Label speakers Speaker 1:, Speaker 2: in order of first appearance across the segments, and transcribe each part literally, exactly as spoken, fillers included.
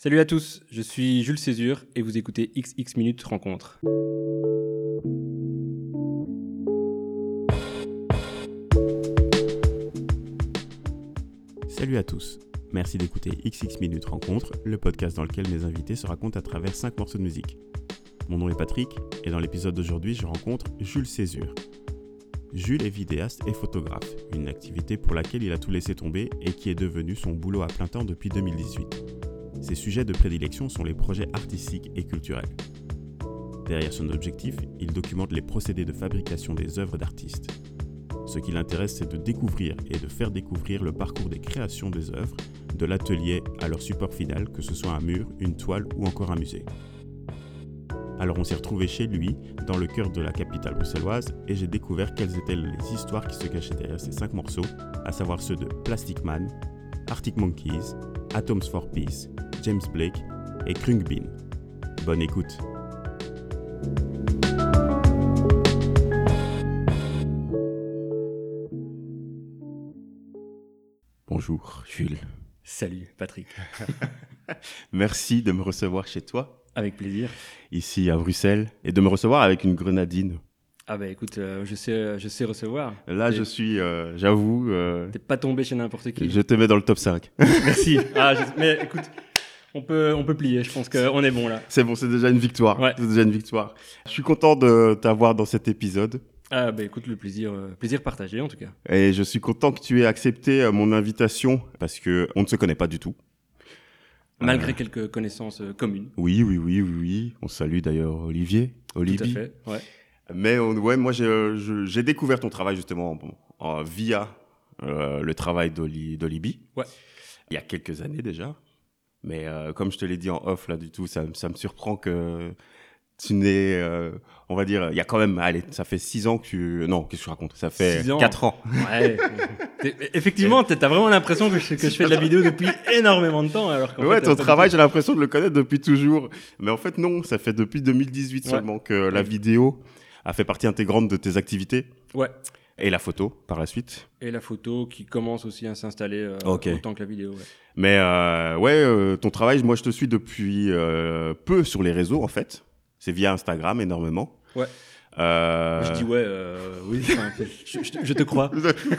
Speaker 1: Salut à tous, je suis Jules Césure et vous écoutez X X Minutes Rencontre.
Speaker 2: Salut à tous, merci d'écouter X X Minutes Rencontre, le podcast dans lequel mes invités se racontent à travers cinq morceaux de musique. Mon nom est Patrick et dans l'épisode d'aujourd'hui, je rencontre Jules Césure. Jules est vidéaste et photographe, une activité pour laquelle il a tout laissé tomber et qui est devenue son boulot à plein temps depuis deux mille dix-huit. Ses sujets de prédilection sont les projets artistiques et culturels. Derrière son objectif, il documente les procédés de fabrication des œuvres d'artistes. Ce qui l'intéresse, c'est de découvrir et de faire découvrir le parcours des créations des œuvres, de l'atelier à leur support final, que ce soit un mur, une toile ou encore un musée. Alors on s'est retrouvés chez lui, dans le cœur de la capitale bruxelloise, et j'ai découvert quelles étaient les histoires qui se cachaient derrière ces cinq morceaux, à savoir ceux de Plastic Man, Arctic Monkeys, Atoms for Peace, James Blake et Khruangbin. Bonne écoute. Bonjour Jules.
Speaker 1: Salut Patrick.
Speaker 2: Merci de me recevoir chez toi.
Speaker 1: Avec plaisir.
Speaker 2: Ici à Bruxelles, et de me recevoir avec une grenadine.
Speaker 1: Ah bah écoute, euh, je sais, je sais recevoir.
Speaker 2: Là
Speaker 1: T'es...
Speaker 2: je suis, euh, j'avoue... Euh,
Speaker 1: T'es pas tombé chez n'importe qui.
Speaker 2: Je te mets dans le top cinq.
Speaker 1: Merci. Ah, je... Mais écoute, on peut, on peut plier, je pense qu'on est bon là.
Speaker 2: C'est bon, c'est déjà une victoire.
Speaker 1: Ouais.
Speaker 2: C'est déjà une victoire. Je suis content de t'avoir dans cet épisode.
Speaker 1: Ah bah écoute, le plaisir, euh, plaisir partagé en tout cas.
Speaker 2: Et je suis content que tu aies accepté euh, mon invitation, parce qu'on ne se connaît pas du tout.
Speaker 1: Malgré
Speaker 2: Euh...
Speaker 1: quelques connaissances euh, communes.
Speaker 2: Oui, oui, oui, oui, oui. On salue d'ailleurs Olivier, Olivier.
Speaker 1: Tout à fait, ouais.
Speaker 2: Mais on, ouais, moi, j'ai, je, j'ai découvert ton travail justement bon, en, via euh, le travail d'Oli, d'Olibi.
Speaker 1: Ouais.
Speaker 2: Il y a quelques années déjà. Mais euh, comme je te l'ai dit en off, là, du tout, ça, ça me surprend que tu n'es, euh, on va dire, il y a quand même, allez, ça fait six ans que tu... Non, qu'est-ce que je raconte ? Ça fait quatre ans.
Speaker 1: Ouais. Effectivement, t'as vraiment l'impression que je, que je fais de la vidéo depuis énormément de temps. Alors qu'en
Speaker 2: ouais,
Speaker 1: fait,
Speaker 2: ton travail, j'ai l'impression de le connaître depuis toujours. Mais en fait, non, ça fait depuis deux mille dix-huit
Speaker 1: ouais.
Speaker 2: seulement que
Speaker 1: ouais.
Speaker 2: la vidéo a fait partie intégrante de tes activités.
Speaker 1: Ouais.
Speaker 2: Et la photo, par la suite.
Speaker 1: Et la photo qui commence aussi à s'installer euh,
Speaker 2: okay.
Speaker 1: autant que la vidéo. Ouais.
Speaker 2: Mais euh, ouais, euh, ton travail, moi je te suis depuis euh, peu sur les réseaux en fait. C'est via Instagram énormément.
Speaker 1: Ouais.
Speaker 2: Euh...
Speaker 1: Je dis ouais, euh, oui, je, je, je te crois.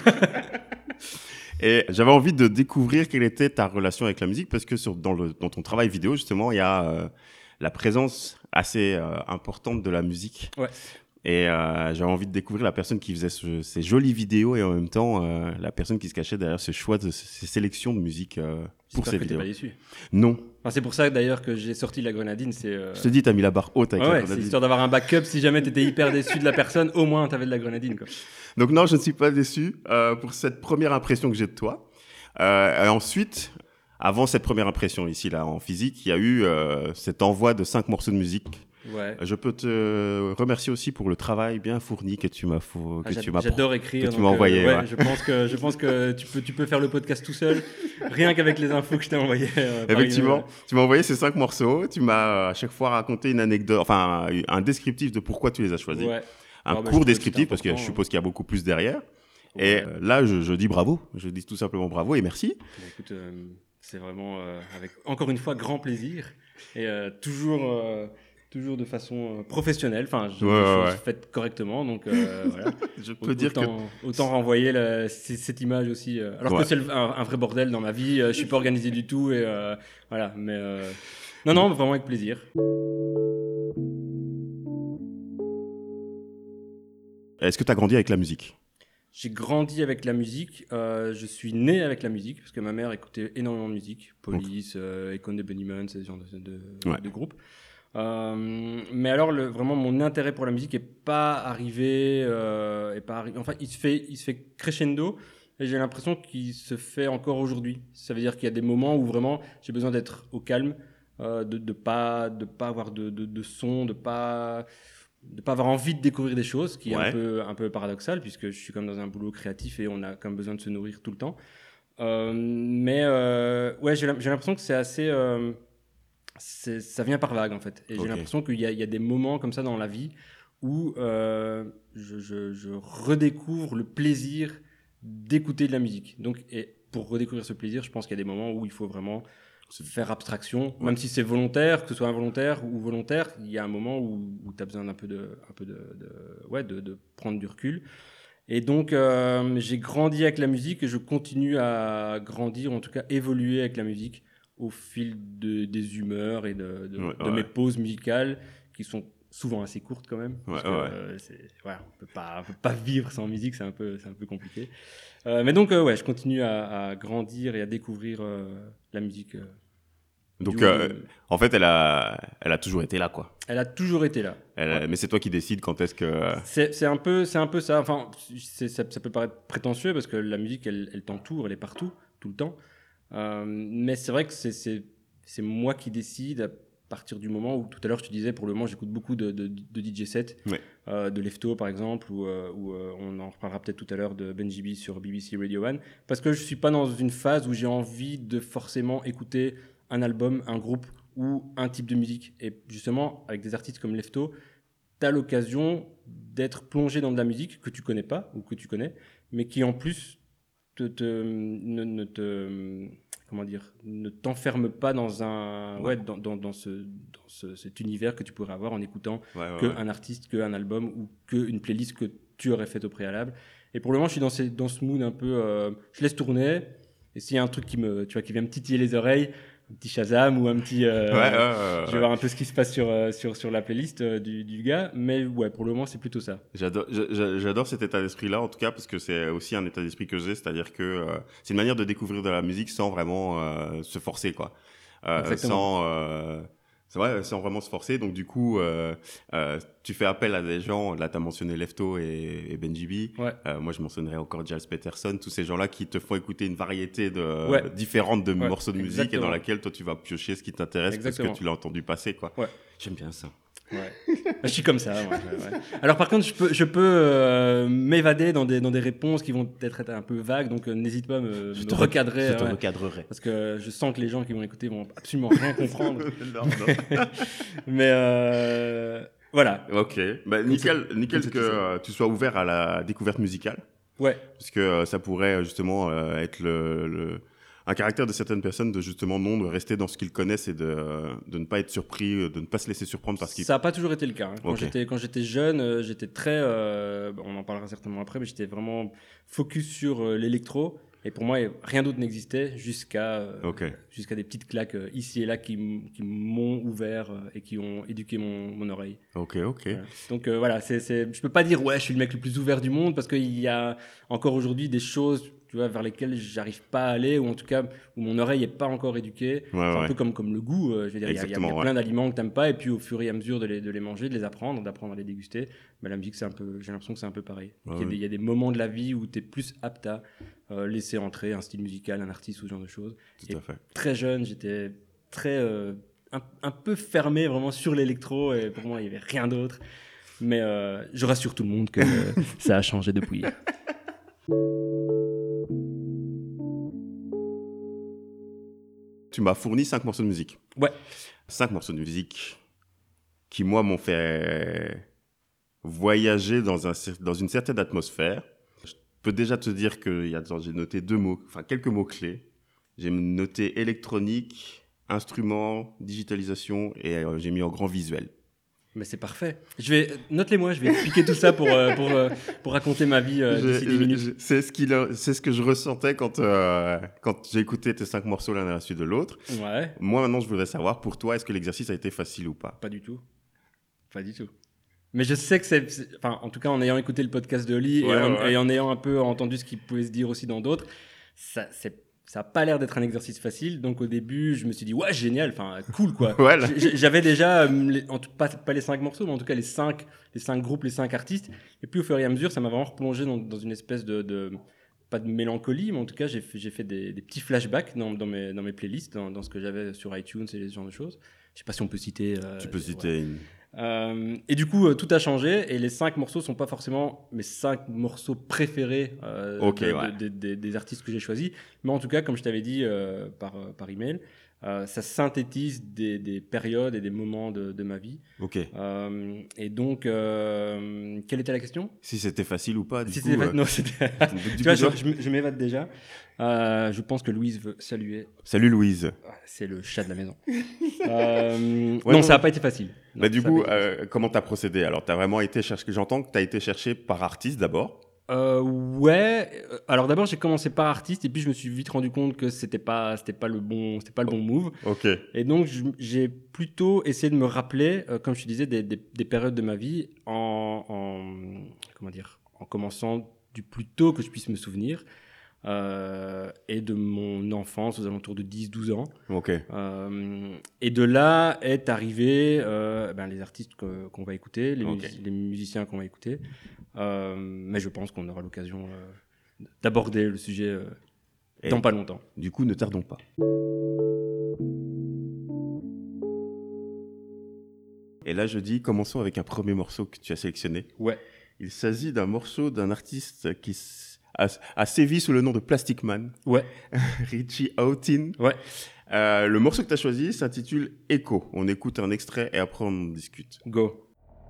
Speaker 2: Et j'avais envie de découvrir quelle était ta relation avec la musique parce que sur, dans, le, dans ton travail vidéo, justement, il y a euh, la présence assez euh, importante de la musique.
Speaker 1: Ouais.
Speaker 2: Et euh, j'avais envie de découvrir la personne qui faisait ce, ces jolies vidéos et en même temps euh, la personne qui se cachait derrière ce choix de ces sélections de musique euh, pour ces vidéos.
Speaker 1: J'espère que t'es pas déçu.
Speaker 2: Non.
Speaker 1: Enfin, c'est pour ça d'ailleurs que j'ai sorti la grenadine. C'est, euh...
Speaker 2: Je te dis, t'as mis la barre haute avec
Speaker 1: ouais,
Speaker 2: la
Speaker 1: ouais,
Speaker 2: grenadine.
Speaker 1: c'est histoire d'avoir un backup. Si jamais t'étais hyper déçu de la personne, au moins t'avais de la grenadine, quoi.
Speaker 2: Donc non, je ne suis pas déçu euh, pour cette première impression que j'ai de toi. Euh, et ensuite, avant cette première impression ici là en physique, il y a eu euh, cet envoi de cinq morceaux de musique.
Speaker 1: Ouais.
Speaker 2: Je peux te remercier aussi pour le travail bien fourni que tu m'as fou... que
Speaker 1: ah,
Speaker 2: tu m'as
Speaker 1: j'adore écrire.
Speaker 2: que tu m'as envoyé.
Speaker 1: Euh, ouais,
Speaker 2: ouais.
Speaker 1: je pense que je pense que tu peux tu peux faire le podcast tout seul, rien qu'avec les infos que je t'ai envoyées. Euh,
Speaker 2: Effectivement,
Speaker 1: une...
Speaker 2: tu m'as envoyé ces cinq morceaux. Tu m'as à chaque fois raconté une anecdote, enfin un descriptif de pourquoi tu les as choisis.
Speaker 1: Ouais.
Speaker 2: Un
Speaker 1: ah, bah,
Speaker 2: court descriptif parce que je suppose qu'il y a beaucoup plus derrière. Ouais. Et euh, là, je, je dis bravo. Je dis tout simplement bravo et merci.
Speaker 1: Bah, écoute, euh, c'est vraiment euh, avec encore une fois grand plaisir et euh, toujours. Euh, Toujours de façon euh, professionnelle, enfin, je,
Speaker 2: ouais,
Speaker 1: je,
Speaker 2: ouais.
Speaker 1: je fais correctement, donc euh, voilà.
Speaker 2: Je peux
Speaker 1: autant,
Speaker 2: dire que
Speaker 1: autant renvoyer la, c- cette image aussi. Euh, alors ouais. que c'est le, un, un vrai bordel dans ma vie, euh, je suis pas organisé du tout et euh, voilà. Mais euh, non, non, vraiment avec plaisir.
Speaker 2: Est-ce que tu as grandi avec la musique ?
Speaker 1: J'ai grandi avec la musique. Euh, je suis né avec la musique parce que ma mère écoutait énormément de musique, Police, euh, Econ de Bunnyman, ce genre de, de,
Speaker 2: ouais.
Speaker 1: de groupes. Euh, mais alors le, vraiment mon intérêt pour la musique est pas arrivé, euh, est pas arri- enfin il se fait il se fait crescendo et j'ai l'impression qu'il se fait encore aujourd'hui. Ça veut dire qu'il y a des moments où vraiment j'ai besoin d'être au calme, euh, de de pas de pas avoir de de, de son, de pas de pas avoir envie de découvrir des choses, qui est ouais. un peu un peu paradoxal puisque je suis comme dans un boulot créatif et on a quand même besoin de se nourrir tout le temps. Euh, mais euh, ouais j'ai j'ai l'impression que c'est assez euh, C'est, ça vient par vague en fait et okay. j'ai l'impression qu'il y a, il y a des moments comme ça dans la vie où euh, je, je, je redécouvre le plaisir d'écouter de la musique donc, et pour redécouvrir ce plaisir je pense qu'il y a des moments où il faut vraiment faire abstraction, ouais. Même si c'est volontaire, que ce soit involontaire ou volontaire, il y a un moment où, où tu as besoin d'un peu de, un peu de, de, ouais, de, de prendre du recul. Et donc, euh, j'ai grandi avec la musique et je continue à grandir, en tout cas évoluer avec la musique au fil de, des humeurs et de, de,
Speaker 2: ouais,
Speaker 1: de
Speaker 2: ouais.
Speaker 1: mes pauses musicales qui sont souvent assez courtes quand même.
Speaker 2: Ouais,
Speaker 1: parce
Speaker 2: ouais.
Speaker 1: que, euh, c'est, ouais, on peut pas, on peut pas vivre sans musique, c'est un peu, c'est un peu compliqué. Euh, mais donc, euh, ouais, je continue à, à grandir et à découvrir euh, la musique. Euh,
Speaker 2: donc, euh, de... en fait, elle a, elle a toujours été là, quoi.
Speaker 1: Elle a toujours été là.
Speaker 2: Elle, ouais. Mais c'est toi qui décides quand est-ce que...
Speaker 1: C'est, c'est, un, peu, c'est un peu ça. Enfin, c'est, ça, ça peut paraître prétentieux parce que la musique, elle, elle t'entoure, elle est partout, tout le temps. Euh, mais c'est vrai que c'est, c'est, c'est moi qui décide à partir du moment où, tout à l'heure, je te disais, pour le moment, j'écoute beaucoup de, de, de D J sets,
Speaker 2: ouais.
Speaker 1: euh, de Lefto, par exemple, ou, euh, ou euh, on en reparlera peut-être tout à l'heure de Benji B sur B B C Radio One, parce que je ne suis pas dans une phase où j'ai envie de forcément écouter un album, un groupe ou un type de musique. Et justement, avec des artistes comme Lefto, tu as l'occasion d'être plongé dans de la musique que tu connais pas ou que tu connais, mais qui en plus te, te, ne, ne te... comment dire, ne t'enferme pas dans un ouais, ouais dans, dans, dans, ce, dans ce, cet univers que tu pourrais avoir en écoutant ouais, ouais, qu'un ouais. artiste, qu'un album ou qu'une playlist que tu aurais faite au préalable. Et pour le moment, je suis dans, ces, dans ce mood un peu... Euh, je laisse tourner, et s'il y a un truc qui, me, tu vois, qui vient me titiller les oreilles, un petit Shazam ou un petit... Euh,
Speaker 2: ouais, ouais, ouais,
Speaker 1: je vais voir un peu ce qui se passe sur, euh, sur, sur la playlist euh, du, du gars, mais ouais, pour le moment, c'est plutôt ça.
Speaker 2: J'adore, j'adore cet état d'esprit-là, en tout cas, parce que c'est aussi un état d'esprit que j'ai, c'est-à-dire que euh, c'est une manière de découvrir de la musique sans vraiment euh, se forcer, quoi. Euh, sans, euh, ouais, sans vraiment se forcer. Donc, du coup, euh, euh, tu fais appel à des gens, là, tu as mentionné Lefto et, et Benji B.
Speaker 1: Ouais.
Speaker 2: Euh, moi, je mentionnerais encore Giles Peterson, tous ces gens-là qui te font écouter une variété de,
Speaker 1: ouais.
Speaker 2: différente de ouais, morceaux de musique
Speaker 1: exactement.
Speaker 2: Et dans laquelle toi, tu vas piocher ce qui t'intéresse exactement. Parce que tu l'as entendu passer, quoi.
Speaker 1: Ouais.
Speaker 2: J'aime bien ça.
Speaker 1: Ouais. Je suis comme ça. Ouais, ouais, ouais. Alors par contre, je peux, je peux euh, m'évader dans des, dans des réponses qui vont peut-être être un peu vagues, donc euh, n'hésite pas à me,
Speaker 2: je
Speaker 1: me
Speaker 2: te
Speaker 1: recadrer.
Speaker 2: Je te
Speaker 1: ouais,
Speaker 2: recadrerai.
Speaker 1: Parce que je sens que les gens qui vont écouter vont absolument rien comprendre. non, non. Mais euh, voilà.
Speaker 2: Ok. Bah, nickel, nickel que euh, tu sois ouvert à la découverte musicale.
Speaker 1: Ouais.
Speaker 2: Parce que euh, ça pourrait justement euh, être le, le un caractère de certaines personnes de justement non de rester dans ce qu'ils connaissent et de de ne pas être surpris, de ne pas se laisser surprendre parce qu'ils...
Speaker 1: Ça n'a pas toujours été le cas. Hein. Quand
Speaker 2: okay.
Speaker 1: j'étais quand j'étais jeune, euh, j'étais très, euh, on en parlera certainement après, mais j'étais vraiment focus sur euh, l'électro. Et pour moi, rien d'autre n'existait jusqu'à euh,
Speaker 2: okay.
Speaker 1: jusqu'à des petites claques euh, ici et là qui, m- qui m'ont ouvert euh, et qui ont éduqué mon, mon oreille.
Speaker 2: Ok, ok.
Speaker 1: Voilà. Donc euh, voilà, c'est, c'est, je peux pas dire ouais, je suis le mec le plus ouvert du monde parce qu'il y a encore aujourd'hui des choses, tu vois, vers lesquelles j'arrive pas à aller ou en tout cas où mon oreille est pas encore éduquée.
Speaker 2: Ouais,
Speaker 1: c'est
Speaker 2: ouais.
Speaker 1: un peu comme comme le goût. Euh, je veux dire, il y a, y a, y a
Speaker 2: ouais.
Speaker 1: plein d'aliments que t'aimes pas et puis au fur et à mesure de les, de les manger, de les apprendre, d'apprendre à les déguster. Mais la musique, c'est un peu, j'ai l'impression que c'est un peu pareil.
Speaker 2: Ouais,
Speaker 1: il, y a
Speaker 2: ouais.
Speaker 1: des, il y a des moments de la vie où t'es plus apte à euh, laisser entrer un style musical, un artiste ou ce genre de choses.
Speaker 2: Tout
Speaker 1: et
Speaker 2: à fait.
Speaker 1: Très jeune, j'étais très euh, un, un peu fermé vraiment sur l'électro et pour moi, il y avait rien d'autre. Mais euh, je rassure tout le monde que euh, ça a changé depuis.
Speaker 2: Tu m'as fourni cinq morceaux de musique.
Speaker 1: Ouais.
Speaker 2: Cinq morceaux de musique qui, moi, m'ont fait voyager dans, un, dans une certaine atmosphère. Je peux déjà te dire que y a, j'ai noté deux mots, enfin quelques mots-clés. J'ai noté électronique, instrument, digitalisation et euh, j'ai mis en grand visuel.
Speaker 1: Mais c'est parfait. Je vais note-les moi, je vais expliquer tout ça pour euh, pour euh, pour raconter ma vie euh, d'ici dix minutes.
Speaker 2: Je, c'est ce qu'il a, c'est ce que je ressentais quand euh, quand j'ai écouté tes cinq morceaux l'un à la suite de l'autre.
Speaker 1: Ouais.
Speaker 2: Moi maintenant, je voudrais savoir pour toi, est-ce que l'exercice a été facile ou pas?
Speaker 1: Pas du tout. Pas du tout. Mais je sais que c'est, c'est enfin en tout cas en ayant écouté le podcast de Oli
Speaker 2: ouais,
Speaker 1: et, en,
Speaker 2: ouais.
Speaker 1: et en ayant un peu entendu ce qui pouvait se dire aussi dans d'autres, ça c'est ça n'a pas l'air d'être un exercice facile, donc au début je me suis dit ouais génial, enfin cool quoi.
Speaker 2: Ouais,
Speaker 1: j'avais déjà les, en tout, pas, pas les cinq morceaux, mais en tout cas les cinq les cinq groupes, les cinq artistes. Et puis au fur et à mesure, ça m'a vraiment replongé dans, dans une espèce de, de pas de mélancolie, mais en tout cas j'ai fait, j'ai fait des, des petits flashbacks dans, dans mes dans mes playlists, dans, dans ce que j'avais sur iTunes et ce genre de choses. Je sais pas si on peut citer. Euh,
Speaker 2: tu peux
Speaker 1: ouais.
Speaker 2: citer. Une...
Speaker 1: Euh, et du coup, euh, tout a changé et les cinq morceaux sont pas forcément mes cinq morceaux préférés euh,
Speaker 2: okay,
Speaker 1: de,
Speaker 2: ouais.
Speaker 1: de, de, de, des artistes que j'ai choisis. Mais en tout cas, comme je t'avais dit euh, par, par email, Euh, ça synthétise des, des périodes et des moments de, de ma vie.
Speaker 2: Ok.
Speaker 1: Euh, et donc, euh, quelle était la question ?
Speaker 2: Si c'était facile ou pas, du
Speaker 1: si
Speaker 2: coup.
Speaker 1: c'était fa-
Speaker 2: euh,
Speaker 1: Non, c'était...
Speaker 2: du
Speaker 1: tu
Speaker 2: coup,
Speaker 1: vois, je,
Speaker 2: genre-
Speaker 1: je, je m'évade déjà. Euh, je pense que Louise veut saluer.
Speaker 2: Salut Louise.
Speaker 1: Ah, c'est le chat de la maison. euh,
Speaker 2: Ouais,
Speaker 1: non,
Speaker 2: non,
Speaker 1: ça n'a
Speaker 2: non.
Speaker 1: pas été facile. Non,
Speaker 2: Bah, du
Speaker 1: ça a pas
Speaker 2: coup,
Speaker 1: été facile.
Speaker 2: euh, comment t'as procédé? Alors, t'as vraiment été chercher. J'entends que t'as été cherché par artiste d'abord.
Speaker 1: Euh, ouais. Euh, Alors d'abord, j'ai commencé par artiste et puis je me suis vite rendu compte que c'était pas, c'était pas le bon, c'était pas le bon move.
Speaker 2: Ok.
Speaker 1: Et donc je- j'ai plutôt essayé de me rappeler, euh, comme je te disais, des, des, des périodes de ma vie en, en comment dire, en commençant du plus tôt que je puisse me souvenir. Euh, et de mon enfance aux alentours de dix douze ans.
Speaker 2: Ok.
Speaker 1: Euh, et de là est arrivé euh, ben, les artistes que, qu'on va écouter, les,
Speaker 2: Ok.
Speaker 1: musi- les musiciens qu'on va écouter. Euh, mais je pense qu'on aura l'occasion euh, d'aborder le sujet euh,
Speaker 2: Et
Speaker 1: dans pas longtemps.
Speaker 2: Du coup, ne tardons pas. Et là, je dis, commençons avec un premier morceau que tu as sélectionné.
Speaker 1: Ouais.
Speaker 2: Il s'agit d'un morceau d'un artiste qui s- a, a sévi sous le nom de Plastic Man,
Speaker 1: Ouais.
Speaker 2: Richie Houghton.
Speaker 1: Ouais.
Speaker 2: Euh, le morceau que tu as choisi s'intitule Echo. On écoute un extrait et après on en discute.
Speaker 1: Go.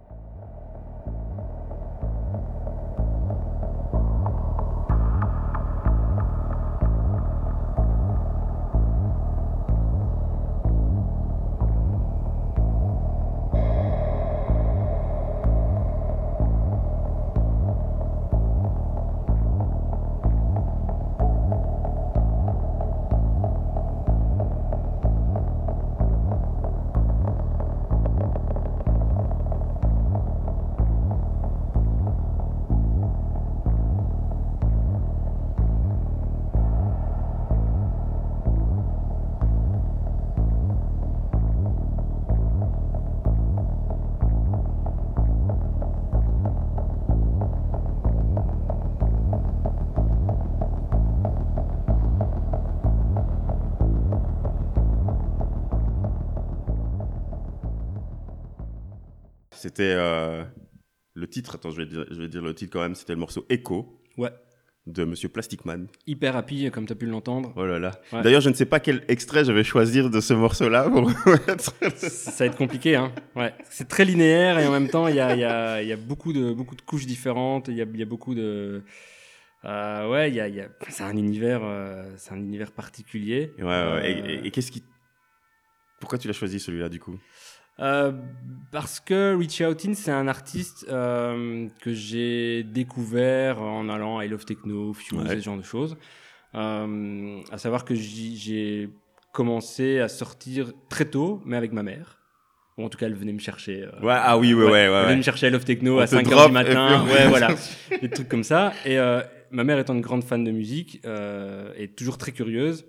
Speaker 2: C'était euh, le titre, attends, je vais, dire, je vais dire le titre quand même, c'était le morceau Echo
Speaker 1: Ouais.
Speaker 2: de Monsieur Plastic Man.
Speaker 1: Hyper happy, comme tu as pu l'entendre.
Speaker 2: Oh là là.
Speaker 1: Ouais.
Speaker 2: D'ailleurs, je ne sais pas quel extrait je vais choisir de ce morceau-là pour mettre.
Speaker 1: Ça va être compliqué, hein. Ouais. C'est très linéaire et en même temps, il y a, il y a, il y a beaucoup de, beaucoup de couches différentes. Il y a, il y a beaucoup de. Euh, ouais, il y a, il y a... c'est un univers, euh, c'est un univers particulier.
Speaker 2: Ouais, ouais,
Speaker 1: Euh,
Speaker 2: et, et- et qu'est-ce qui. Pourquoi tu l'as choisi celui-là du coup?
Speaker 1: Euh, parce que Richie Houghton, c'est un artiste euh, que j'ai découvert en allant à I Love Techno, Fuse,
Speaker 2: Ouais.
Speaker 1: et ce genre de choses. Euh, à savoir que j'y- j'ai commencé à sortir très tôt, mais avec ma mère. Ou en tout cas, elle venait me chercher. euh,
Speaker 2: Ouais, ah oui, ouais, ouais, ouais,
Speaker 1: Elle venait
Speaker 2: ouais.
Speaker 1: me chercher à I Love Techno
Speaker 2: On
Speaker 1: à
Speaker 2: te
Speaker 1: cinq heures
Speaker 2: drop
Speaker 1: du matin.
Speaker 2: et puis on-
Speaker 1: Ouais, voilà. Des trucs comme ça. Et euh, ma mère étant une grande fan de musique euh, et toujours très curieuse,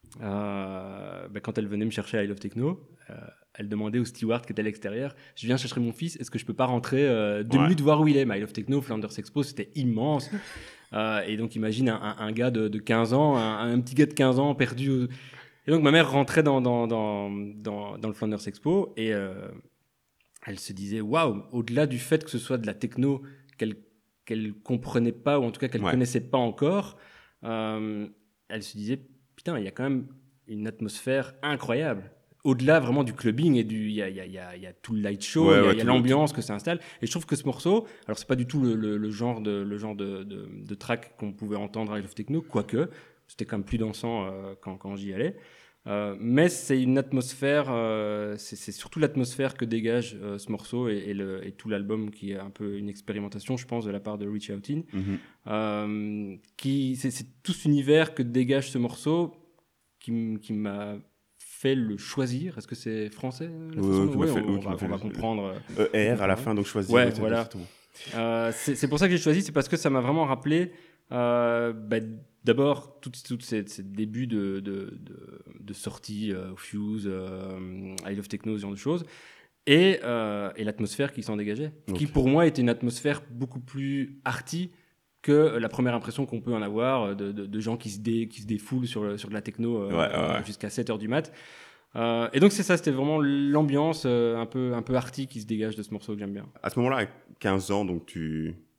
Speaker 1: euh, bah, quand elle venait me chercher à I Love Techno, euh, elle demandait au steward qui était à l'extérieur, je viens chercher mon fils, est-ce que je peux pas rentrer euh, deux
Speaker 2: Ouais.
Speaker 1: minutes voir où il est? Mais I Love Techno, Flanders Expo, c'était immense. Euh, et donc imagine un, un, un gars de, de quinze ans, un, un petit gars de quinze ans perdu. au- Et donc ma mère rentrait dans, dans, dans, dans, dans le Flanders Expo et euh, elle se disait, waouh, au-delà du fait que ce soit de la techno qu'elle qu'elle comprenait pas, ou en tout cas qu'elle
Speaker 2: Ouais.
Speaker 1: connaissait pas encore, euh, elle se disait, putain, il y a quand même une atmosphère incroyable. Au-delà vraiment du clubbing et du, il y a, il y a, il y a, il y a tout le light show,
Speaker 2: Ouais,
Speaker 1: il y a,
Speaker 2: ouais,
Speaker 1: il y a
Speaker 2: tout le-
Speaker 1: l'ambiance que ça installe. Et je trouve que ce morceau, alors c'est pas du tout le, le, le genre de, le genre de, de, de track qu'on pouvait entendre à I Love Techno, quoique c'était quand même plus dansant euh, quand, quand j'y allais. Euh, mais c'est une atmosphère, euh, c'est, c'est surtout l'atmosphère que dégage euh, ce morceau et, et, le, et tout l'album qui est un peu une expérimentation, je pense, de la part de Richie Houghton.
Speaker 2: Mhm.
Speaker 1: Euh, qui, c'est, c'est tout cet univers que dégage ce morceau qui, m- qui m'a fait le choisir. Est-ce que c'est français la
Speaker 2: Oui,
Speaker 1: façon
Speaker 2: oui,
Speaker 1: dont-
Speaker 2: qui m'a
Speaker 1: ouais,
Speaker 2: fait-
Speaker 1: on,
Speaker 2: oui,
Speaker 1: on
Speaker 2: qui
Speaker 1: va,
Speaker 2: m'a fait
Speaker 1: on va
Speaker 2: le-
Speaker 1: comprendre.
Speaker 2: E R à la fin, donc choisir.
Speaker 1: Ouais,
Speaker 2: oui, c'est
Speaker 1: voilà.
Speaker 2: exactement.
Speaker 1: Euh, c'est, c'est pour ça que j'ai choisi, c'est parce que ça m'a vraiment rappelé euh, bah, d'abord tous ces, ces débuts de, de, de, de sortie, euh, Fuse, euh, I Love Techno, ce genre de choses, et, euh, et l'atmosphère qui s'en dégageait,
Speaker 2: Ok.
Speaker 1: qui pour moi était une atmosphère beaucoup plus arty que la première impression qu'on peut en avoir de, de, de gens qui se, dé, qui se défoulent sur, le, sur de la techno euh,
Speaker 2: Ouais, ouais, ouais.
Speaker 1: jusqu'à sept heures du mat. Euh, et donc c'est ça, c'était vraiment l'ambiance euh, un peu, un peu arty qui se dégage de ce morceau que j'aime bien.
Speaker 2: À ce moment-là, à quinze ans, donc tu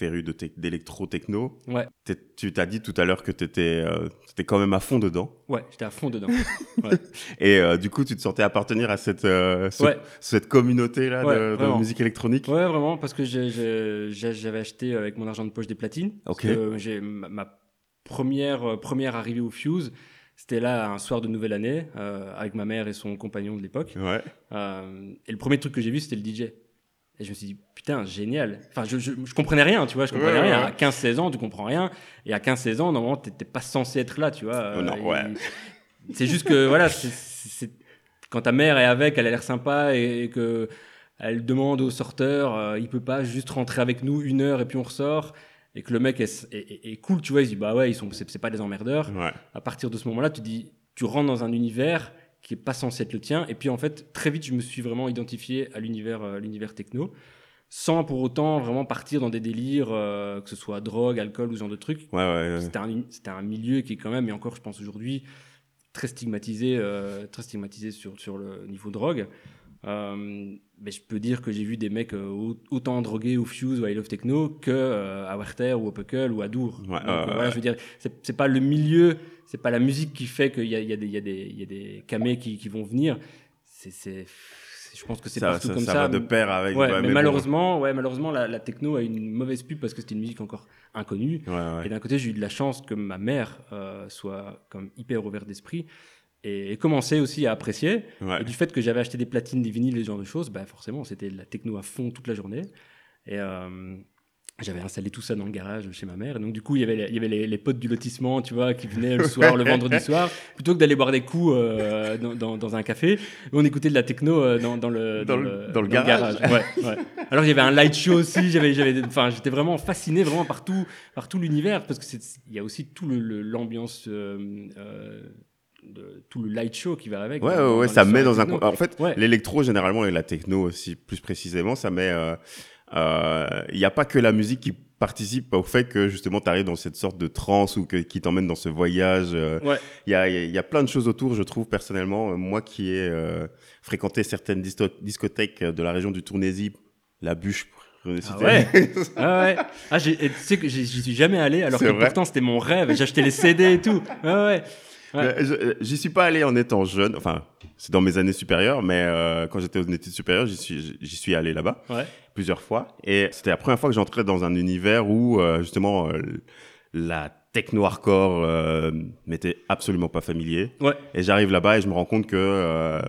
Speaker 2: féru de te- d'électro-techno.
Speaker 1: Ouais.
Speaker 2: T'es- tu t'as dit tout à l'heure que tu étais euh, quand même à fond dedans.
Speaker 1: Ouais, j'étais à fond dedans. Ouais.
Speaker 2: Et euh, du coup, tu te sentais appartenir à cette, euh, ce-
Speaker 1: Ouais.
Speaker 2: cette communauté-là
Speaker 1: Ouais,
Speaker 2: de, de
Speaker 1: vraiment.
Speaker 2: musique électronique.
Speaker 1: Ouais, vraiment, parce que j'ai, j'ai- j'ai- j'avais acheté avec mon argent de poche des platines.
Speaker 2: Ok.
Speaker 1: Parce que j'ai ma, ma première, euh, première arrivée au Fuse, c'était là un soir de nouvelle année, euh, avec ma mère et son compagnon de l'époque.
Speaker 2: Ouais.
Speaker 1: Euh, et le premier truc que j'ai vu, c'était le D J. Et je me suis dit, putain, génial. Enfin, je, je, je comprenais rien, tu vois, je comprenais
Speaker 2: Ouais,
Speaker 1: rien.
Speaker 2: ouais.
Speaker 1: À quinze seize ans, tu comprends rien. Et à quinze seize ans, normalement, t'étais pas censé être là, tu vois.
Speaker 2: Oh non,
Speaker 1: il-
Speaker 2: ouais.
Speaker 1: C'est juste que, voilà, c'est, c'est, c'est- quand ta mère est avec, elle a l'air sympa et, et que elle demande au sorteur, euh, il peut pas juste rentrer avec nous une heure et puis on ressort. Et que le mec est, est, est- est cool, tu vois, il se dit, bah ouais, ils sont, c'est, c'est pas des emmerdeurs.
Speaker 2: Ouais.
Speaker 1: À partir de ce moment-là, tu dis, tu rentres dans un univers qui est pas censé être le tien. Et puis en fait, très vite, je me suis vraiment identifié à l'univers, euh, l'univers techno, sans pour autant vraiment partir dans des délires, euh, que ce soit drogue, alcool ou ce genre de trucs.
Speaker 2: Ouais, ouais, ouais.
Speaker 1: C'était un, c'était un milieu qui est quand même, et encore, je pense aujourd'hui, très stigmatisé, euh, très stigmatisé sur, sur le niveau drogue. Euh, mais je peux dire que j'ai vu des mecs euh, au- autant drogués au Fuse ou à I Love Techno que euh, à Werther ou au Puckle ou à Dour.
Speaker 2: Ouais,
Speaker 1: Donc,
Speaker 2: euh,
Speaker 1: euh, voilà, je veux dire, c'est, c'est pas le milieu, c'est pas la musique qui fait qu'il y a, il y a des, il y a des, il y a des camés qui, qui vont venir. C'est, c'est, c'est- je pense que c'est
Speaker 2: ça,
Speaker 1: partout
Speaker 2: ça,
Speaker 1: comme
Speaker 2: ça
Speaker 1: ça.
Speaker 2: va de pair avec.
Speaker 1: Ouais,
Speaker 2: ouais,
Speaker 1: mais,
Speaker 2: mais
Speaker 1: malheureusement, ouais, malheureusement, la, la techno a une mauvaise pub parce que c'était une musique encore inconnue.
Speaker 2: bon. Ouais, ouais.
Speaker 1: Et d'un côté, j'ai eu de la chance que ma mère euh, soit comme hyper ouverte d'esprit et, et commençait aussi à apprécier.
Speaker 2: Ouais.
Speaker 1: Et du fait que j'avais acheté des platines, des vinyles, ce genre de choses, bah forcément, c'était de la techno à fond toute la journée. Et euh, j'avais installé tout ça dans le garage chez ma mère. Et donc, du coup, il y avait les, il y avait les, les potes du lotissement, tu vois, qui venaient le soir, le vendredi soir. Plutôt que d'aller boire des coups euh, dans, dans, dans un café, on écoutait de la techno euh, dans, dans, le,
Speaker 2: Dans le- dans le garage.
Speaker 1: Ouais, ouais. Alors, il y avait un light show aussi. J'avais, j'avais, enfin, j'étais vraiment fasciné vraiment par tout, par tout l'univers. Parce qu'il y a aussi tout le, le, l'ambiance... Euh, euh, de tout le light show qui va avec.
Speaker 2: Ouais,
Speaker 1: dans,
Speaker 2: ouais,
Speaker 1: dans
Speaker 2: ouais,
Speaker 1: les
Speaker 2: ça met
Speaker 1: soirées
Speaker 2: dans un.
Speaker 1: techno.
Speaker 2: En fait,
Speaker 1: Ouais.
Speaker 2: l'électro, généralement, et la techno aussi, plus précisément, ça met. Il euh, n'y a pas que la musique qui participe au fait que, justement, tu arrives dans cette sorte de transe ou que, qui t'emmène dans ce voyage. Il euh,
Speaker 1: Ouais.
Speaker 2: y, a, y a plein de choses autour, je trouve, personnellement. Moi qui ai euh, fréquenté certaines disto- discothèques de la région du Tournésie, la Bûche, pour ne
Speaker 1: Ah
Speaker 2: citer.
Speaker 1: ouais. Ah ouais. Ah, j'ai, et tu sais que j'y j'y suis jamais allé, alors
Speaker 2: C'est
Speaker 1: que
Speaker 2: vrai
Speaker 1: pourtant c'était mon rêve. J'achetais les C D et tout. Ouais, ouais. Ouais.
Speaker 2: Euh, je- J'y suis pas allé en étant jeune, enfin, c'est dans mes années supérieures, mais euh, quand j'étais aux études supérieures, j'y suis, j'y suis allé là-bas
Speaker 1: Ouais.
Speaker 2: plusieurs fois. Et c'était la première fois que j'entrais dans un univers où, euh, justement, euh, la techno-hardcore euh, m'était absolument pas familier.
Speaker 1: Ouais.
Speaker 2: Et j'arrive là-bas et je me rends compte que euh,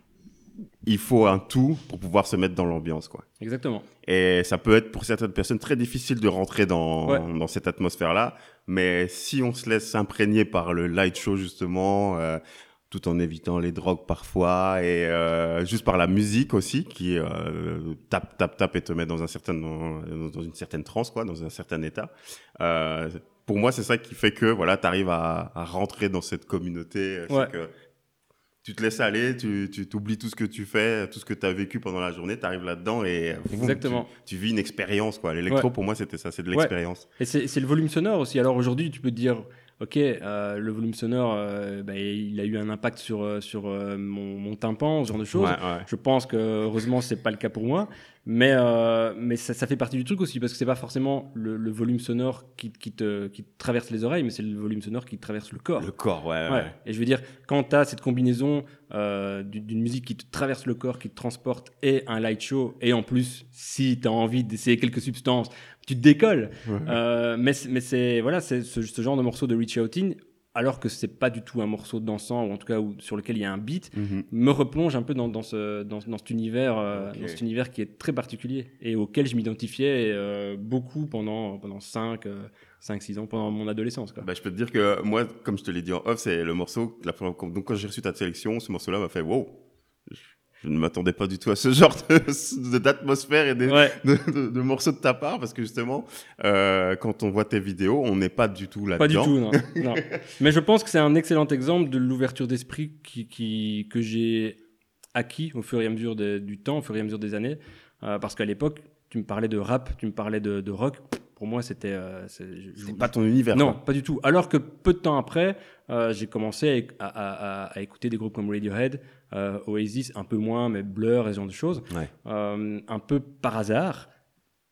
Speaker 2: il faut un tout pour pouvoir se mettre dans l'ambiance, quoi.
Speaker 1: Exactement.
Speaker 2: Et ça peut être pour certaines personnes très difficile de rentrer dans,
Speaker 1: Ouais.
Speaker 2: dans cette atmosphère-là. Mais si on se laisse s'imprégner par le light show, justement, euh, tout en évitant les drogues parfois, et euh, juste par la musique aussi, qui euh, tape, tape, tape et te met dans, un certain, dans, dans une certaine transe, quoi, dans un certain état. Euh, pour moi, c'est ça qui fait que voilà, tu arrives à, à rentrer dans cette communauté.
Speaker 1: Ouais.
Speaker 2: C'est que tu te laisses aller, tu, tu t'oublies tout ce que tu fais, tout ce que tu as vécu pendant la journée, tu arrives là-dedans et boum,
Speaker 1: Exactement.
Speaker 2: Tu, tu vis une expérience, quoi. L'électro,
Speaker 1: Ouais.
Speaker 2: pour moi, c'était ça, c'est de
Speaker 1: Ouais.
Speaker 2: l'expérience.
Speaker 1: Et c'est, c'est le volume sonore aussi. Alors aujourd'hui, tu peux te dire, ok, euh, le volume sonore, euh, bah, il a eu un impact sur, euh, sur euh, mon, mon tympan, ce genre de choses.
Speaker 2: Ouais, ouais.
Speaker 1: Je pense que heureusement c'est pas le cas pour moi, mais euh, mais ça, ça fait partie du truc aussi parce que c'est pas forcément le, le volume sonore qui, qui te qui te traverse les oreilles, mais c'est le volume sonore qui traverse le corps.
Speaker 2: Le corps, ouais, ouais.
Speaker 1: Ouais. Et je veux dire, quand tu as cette combinaison euh, d'une d'une musique qui te traverse le corps, qui te transporte, et un light show, et en plus, si tu as envie d'essayer quelques substances, tu te décolles.
Speaker 2: Ouais.
Speaker 1: Euh, mais c'est- mais c'est voilà, c'est ce, ce genre de morceau de Reach Outing, alors que c'est pas du tout un morceau dansant, ou en tout cas où, sur lequel il y a un beat,
Speaker 2: Mhm.
Speaker 1: me replonge un peu dans, dans, ce, dans, dans cet univers, euh,
Speaker 2: Ok.
Speaker 1: dans cet univers qui est très particulier et auquel je m'identifiais euh, beaucoup pendant pendant cinq six ans, pendant mon adolescence, quoi.
Speaker 2: Bah, je peux te dire que moi, comme je te l'ai dit en off, c'est le morceau, la première, donc quand j'ai reçu ta sélection, ce morceau-là m'a fait wow. Je, je ne m'attendais pas du tout à ce genre de, de- d'atmosphère et de,
Speaker 1: Ouais.
Speaker 2: de, de- de morceaux de ta part, parce que justement, euh, quand on voit tes vidéos, on n'est pas du tout là-dedans.
Speaker 1: Pas du tout, non. non. Mais je pense que c'est un excellent exemple de l'ouverture d'esprit qui, qui, que j'ai acquis au fur et à mesure de- du temps, au fur et à mesure des années. Euh, parce qu'à l'époque, tu me parlais de rap, tu me parlais de, de rock. Pour moi, c'était... Euh, c'est- je-
Speaker 2: C'est pas ton univers.
Speaker 1: non,
Speaker 2: quoi.
Speaker 1: pas du tout. Alors que peu de temps après, euh, j'ai commencé à, à- à- à écouter des groupes comme Radiohead, euh, Oasis, un peu moins, mais Blur et ce genre de choses.
Speaker 2: Ouais.
Speaker 1: Euh, un peu par hasard.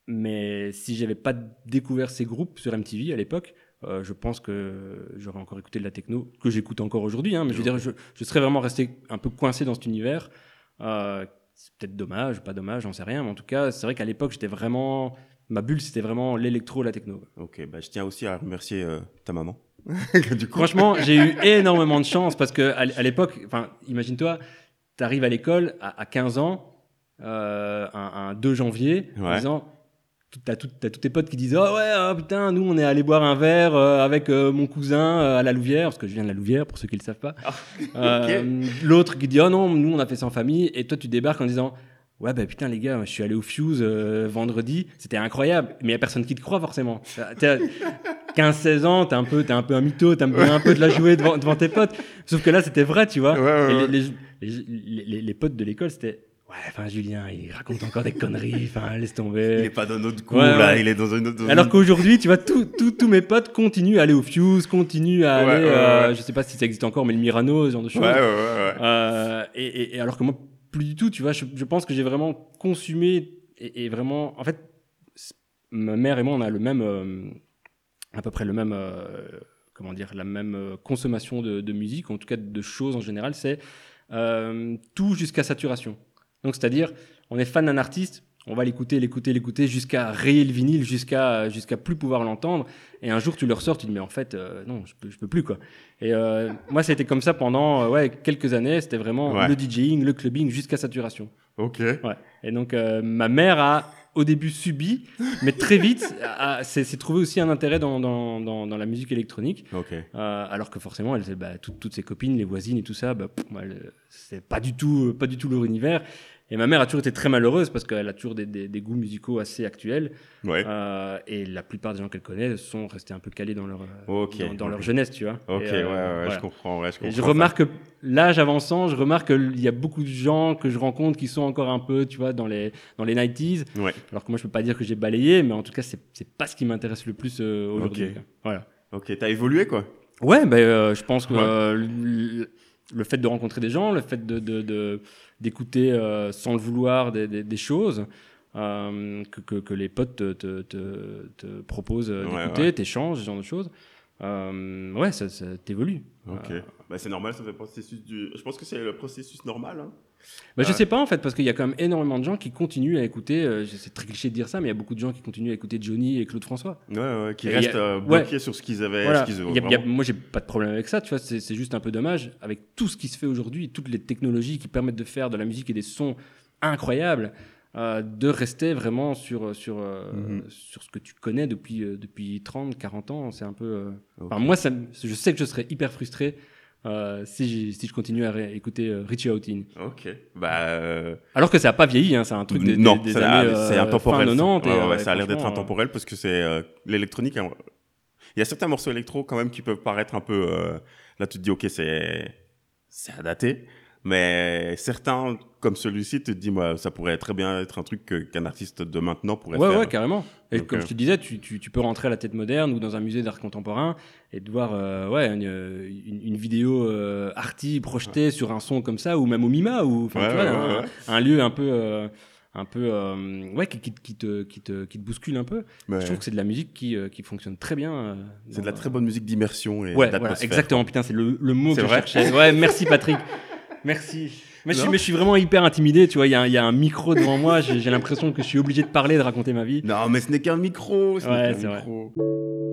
Speaker 1: mais si j'avais pas découvert ces groupes sur M T V à l'époque, euh, je pense que j'aurais encore écouté de la techno, que j'écoute encore aujourd'hui, hein, mais je veux dire, je, je serais vraiment resté un peu coincé dans cet univers. Euh, c'est peut-être dommage, pas dommage, j'en sais rien, mais en tout cas, c'est vrai qu'à l'époque, j'étais vraiment... Ma bulle, c'était vraiment l'électro, la techno.
Speaker 2: Ok, bah, je tiens aussi à remercier euh, ta maman.
Speaker 1: Du coup... Franchement, j'ai eu énormément de chance parce qu'à à l'époque, imagine-toi, tu arrives à l'école à, à quinze ans, euh, un, un deux janvier, ouais. en disant... T'as, tout, t'as tous tes potes qui disent « Oh ouais, oh, putain, nous, on est allé boire un verre euh, avec euh, mon cousin euh, à la Louvière. » Parce que je viens de la Louvière, pour ceux qui ne le savent pas. Ah, euh, okay. L'autre qui dit « Oh non, nous, on a fait ça en famille. » Et toi, tu débarques en disant « Ouais, bah putain, les gars, je suis allé au Fuse euh, vendredi. C'était incroyable. » Mais il n'y a personne qui te croit, forcément. T'as quinze seize ans, t'es un, peu, t'es un peu un mytho, t'aimes bien un peu de la jouer devant, devant tes potes. Sauf que là, c'était vrai, tu vois. Ouais, ouais, et ouais. Les, les, les, les, les potes de l'école, c'était... Ouais, enfin Julien, il raconte encore des conneries, enfin laisse tomber.
Speaker 2: Il est pas dans notre cours
Speaker 1: ouais,
Speaker 2: là,
Speaker 1: ouais.
Speaker 2: il est dans une autre. Dans
Speaker 1: Alors
Speaker 2: une...
Speaker 1: qu'aujourd'hui, tu vois, tous tout, tout mes potes continuent à aller au Fuse, continuent à
Speaker 2: ouais,
Speaker 1: aller,
Speaker 2: ouais,
Speaker 1: euh,
Speaker 2: ouais.
Speaker 1: je sais pas si ça existe encore, mais le Myrano, ce genre de choses.
Speaker 2: Ouais, ouais, ouais.
Speaker 1: Euh, et, et, et alors que moi, plus du tout, tu vois, je, je pense que j'ai vraiment consumé et, et vraiment, en fait, ma mère et moi, on a le même, euh, à peu près le même, euh, comment dire, la même euh, consommation de, de musique, en tout cas de choses en général, c'est euh, tout jusqu'à saturation. Donc, c'est-à-dire, on est fan d'un artiste, on va l'écouter, l'écouter, l'écouter jusqu'à rayer le vinyle, jusqu'à jusqu'à plus pouvoir l'entendre. Et un jour, tu le ressors, tu te dis, mais en fait, euh, non, je peux, je peux plus, quoi. Et euh, moi, ça a été comme ça pendant euh, ouais, quelques années. C'était vraiment ouais. le DJing, le clubbing jusqu'à saturation.
Speaker 2: Ok.
Speaker 1: Ouais. Et donc, euh, ma mère a au début subi, mais très vite, s'est trouvé aussi un intérêt dans, dans, dans, dans la musique électronique.
Speaker 2: Okay.
Speaker 1: Euh, alors que forcément, elle, bah, tout, toutes ses copines, les voisines et tout ça, bah, c'est pas du tout, pas du tout leur univers. Et ma mère a toujours été très malheureuse parce qu'elle a toujours des, des, des goûts musicaux assez actuels.
Speaker 2: Ouais.
Speaker 1: Euh, et la plupart des gens qu'elle connaît sont restés un peu calés dans leur,
Speaker 2: okay.
Speaker 1: dans, dans
Speaker 2: okay.
Speaker 1: leur jeunesse, tu vois.
Speaker 2: Ok,
Speaker 1: et, euh,
Speaker 2: ouais, ouais,
Speaker 1: voilà.
Speaker 2: je comprends. Ouais, je comprends
Speaker 1: et je remarque que l'âge avançant, je remarque qu'il y a beaucoup de gens que je rencontre qui sont encore un peu, tu vois, dans les, dans les nineties.
Speaker 2: Ouais.
Speaker 1: Alors que moi, je peux pas dire que j'ai balayé, mais en tout cas, c'est, c'est pas ce qui m'intéresse le plus euh, aujourd'hui.
Speaker 2: Okay.
Speaker 1: Voilà.
Speaker 2: Ok, t'as évolué, quoi.
Speaker 1: Ouais, ben, euh, je pense que
Speaker 2: ouais.
Speaker 1: euh, le, le fait de rencontrer des gens, le fait de, de, de d'écouter euh, sans le vouloir des, des, des choses euh, que, que, que les potes te, te, te, te proposent d'écouter, ouais, ouais. t'échanges, ce genre de choses. Euh, ouais, ça, ça t'évolue.
Speaker 2: Ok, euh, bah, c'est normal, ça fait processus du... Je pense que c'est le processus normal. Hein.
Speaker 1: Bah, euh... Je sais pas en fait, parce qu'il y a quand même énormément de gens qui continuent à écouter, euh, c'est très cliché de dire ça, mais il y a beaucoup de gens qui continuent à écouter Johnny et Claude François.
Speaker 2: Ouais, ouais, qui et restent a... euh, bloqués ouais. sur ce qu'ils avaient.
Speaker 1: Voilà.
Speaker 2: Ce qu'ils
Speaker 1: y a, y a, moi, j'ai pas de problème avec ça, tu vois, c'est, c'est juste un peu dommage, avec tout ce qui se fait aujourd'hui, toutes les technologies qui permettent de faire de la musique et des sons incroyables, euh, de rester vraiment sur, sur, euh, mm-hmm. sur ce que tu connais depuis, euh, depuis trente, quarante ans. C'est un peu... Euh... Okay. Enfin, moi, ça, je sais que je serais hyper frustré Euh, si, si je continue à ré- écouter euh, Richie Houghton.
Speaker 2: Ok. Bah, euh...
Speaker 1: Alors que ça n'a pas vieilli, hein, c'est un truc des,
Speaker 2: non,
Speaker 1: des, des
Speaker 2: c'est
Speaker 1: années
Speaker 2: euh, c'est intemporel.
Speaker 1: fin quatre-vingt-dix.
Speaker 2: Ouais, ouais,
Speaker 1: et,
Speaker 2: ça a l'air d'être
Speaker 1: euh...
Speaker 2: intemporel parce que c'est euh, l'électronique. Hein. Il y a certains morceaux électro quand même qui peuvent paraître un peu... Euh... Là, tu te dis, ok, c'est, c'est daté. Mais certains, comme celui-ci, tu te dis, moi, ça pourrait très bien être un truc que, qu'un artiste de maintenant pourrait
Speaker 1: ouais,
Speaker 2: faire.
Speaker 1: Ouais, carrément. Et
Speaker 2: donc,
Speaker 1: comme
Speaker 2: euh...
Speaker 1: je te disais, tu, tu, tu peux rentrer à la Tête Moderne ou dans un musée d'art contemporain et de voir euh, ouais, une, une, une vidéo euh, arty projetée ouais. sur un son comme ça, ou même au MIMA, ou
Speaker 2: ouais,
Speaker 1: tu
Speaker 2: ouais,
Speaker 1: vois,
Speaker 2: ouais,
Speaker 1: un,
Speaker 2: ouais.
Speaker 1: un lieu un peu... Euh, un peu euh, ouais qui, qui, qui, te, qui, te, qui te bouscule un peu. Ouais. Je trouve que c'est de la musique qui, euh, qui fonctionne très bien. Euh,
Speaker 2: c'est de la très bonne musique d'immersion et
Speaker 1: ouais,
Speaker 2: d'atmosphère.
Speaker 1: Voilà, exactement, putain, c'est le, le mot
Speaker 2: c'est
Speaker 1: que
Speaker 2: vrai
Speaker 1: je cherchais. Ouais, merci Patrick. Merci. Mais je, suis, mais je suis vraiment hyper intimidé, tu vois, il y, y a un micro devant moi, j'ai, j'ai l'impression que je suis obligé de parler, de raconter ma vie.
Speaker 2: Non, mais ce n'est qu'un micro, ce
Speaker 1: ouais,
Speaker 2: n'est qu'un
Speaker 1: c'est
Speaker 2: micro.
Speaker 1: Vrai.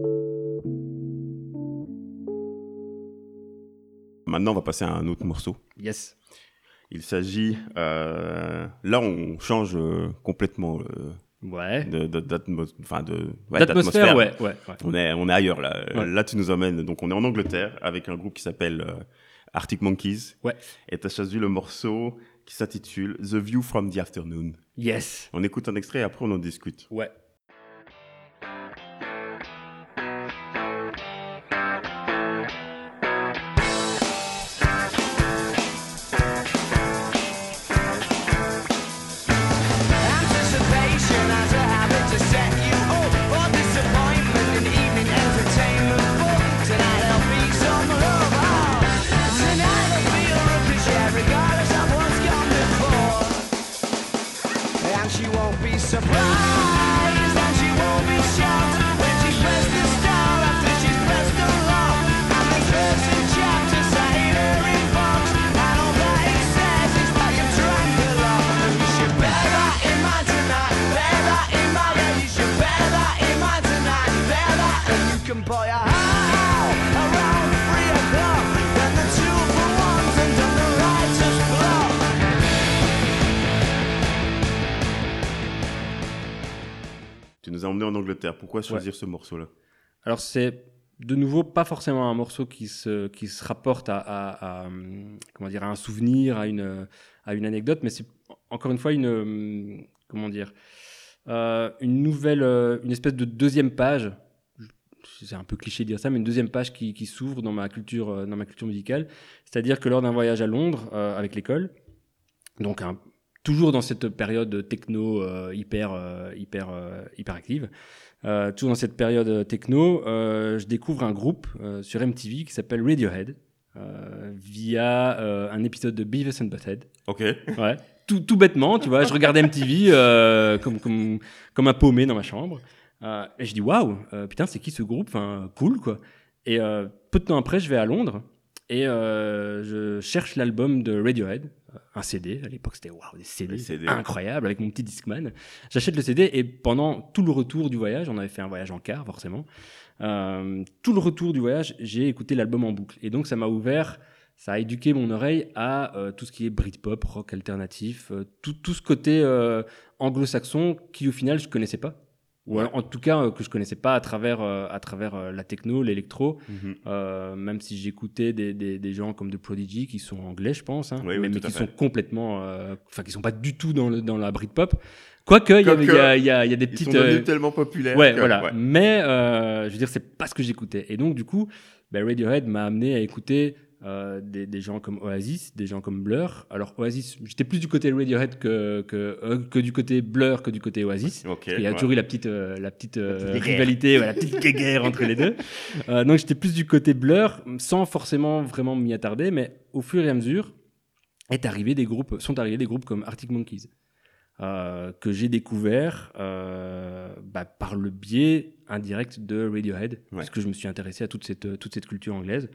Speaker 2: Maintenant, on va passer à un autre morceau.
Speaker 1: Yes.
Speaker 2: Il s'agit... Euh, là, on change euh, complètement euh,
Speaker 1: ouais.
Speaker 2: de, de, d'atmos- enfin de,
Speaker 1: ouais, d'atmosphère. Ouais, ouais, ouais.
Speaker 2: On, est, on est ailleurs, là.
Speaker 1: Ouais.
Speaker 2: Là, tu nous emmènes... Donc, on est en Angleterre avec un groupe qui s'appelle euh, Arctic Monkeys.
Speaker 1: Ouais.
Speaker 2: Et tu as choisi le morceau qui s'intitule The View from the Afternoon.
Speaker 1: Yes.
Speaker 2: On écoute un extrait et après, on en discute.
Speaker 1: Ouais.
Speaker 3: Surprise!
Speaker 2: nous a emmenés en Angleterre. Pourquoi choisir
Speaker 1: Ouais.
Speaker 2: ce morceau-là?
Speaker 1: Alors, c'est de nouveau pas forcément un morceau qui se, qui se rapporte à, à, à, hum, comment dire, à un souvenir, à une, à une anecdote, mais c'est encore une fois une, hum, comment dire, euh, une nouvelle, euh, une espèce de deuxième page. C'est un peu cliché de dire ça, mais une deuxième page qui, qui s'ouvre dans ma culture, euh, dans ma culture musicale. C'est-à-dire que lors d'un voyage à Londres euh, avec l'école, donc un, toujours dans cette période techno euh, hyper, euh, hyper, euh, hyper active, euh, toujours dans cette période techno, euh, je découvre un groupe euh, sur M T V qui s'appelle Radiohead euh, via euh, un épisode de Beavis and Butthead.
Speaker 2: Ok.
Speaker 1: Ouais. Tout, tout bêtement, tu vois, je regardais M T V euh, comme, comme, comme un paumé dans ma chambre. Euh, et je dis waouh, euh, putain, c'est qui ce groupe? Enfin, cool quoi. Et euh, peu de temps après, je vais à Londres et euh, je cherche l'album de Radiohead, un C D. À l'époque, c'était waouh, des C D,
Speaker 2: C D.
Speaker 1: incroyables avec mon petit Discman. J'achète le C D et pendant tout le retour du voyage, on avait fait un voyage en car forcément. Euh, tout le retour du voyage, j'ai écouté l'album en boucle et donc ça m'a ouvert. Ça a éduqué mon oreille à euh, tout ce qui est Britpop, rock alternatif, euh, tout, tout ce côté euh, anglo-saxon qui au final je connaissais pas. Ou alors, en tout cas euh, que je connaissais pas à travers, euh, à travers euh, la techno, l'électro,
Speaker 2: Mm-hmm.
Speaker 1: euh, même si j'écoutais des, des, des gens comme The Prodigy qui sont anglais je pense, hein,
Speaker 2: Oui, oui,
Speaker 1: mais, mais
Speaker 2: tout à
Speaker 1: qui
Speaker 2: fait.
Speaker 1: sont complètement, euh, enfin qui sont pas du tout dans, le, dans la Britpop. Quoique, il y,
Speaker 2: Quoique,
Speaker 1: avait- il y, a, il y, a, il y a des
Speaker 2: Ils
Speaker 1: petites...
Speaker 2: sont devenus
Speaker 1: euh,
Speaker 2: tellement populaires.
Speaker 1: Ouais,
Speaker 2: que-
Speaker 1: voilà.
Speaker 2: ouais.
Speaker 1: Mais euh, je veux dire, c'est pas ce que j'écoutais. Et donc, du coup, bah, Radiohead m'a amené à écouter euh, des, des gens comme Oasis, des gens comme Blur. Alors, Oasis, j'étais plus du côté Radiohead que, que, euh, que du côté Blur que du côté Oasis.
Speaker 2: Ok,
Speaker 1: Parce qu'il y a
Speaker 2: ouais.
Speaker 1: toujours eu la petite, euh, la petite, euh,
Speaker 2: petite guerre.
Speaker 1: rivalité, ouais, la petite guerre entre les deux. Euh, donc, j'étais plus du côté Blur, sans forcément vraiment m'y attarder. Mais au fur et à mesure, est arrivé des groupes, sont arrivés des groupes comme Arctic Monkeys. Euh, que j'ai découvert euh, bah, par le biais indirect de Radiohead,
Speaker 2: Ouais.
Speaker 1: puisque je me suis intéressé à toute cette, toute cette culture anglaise.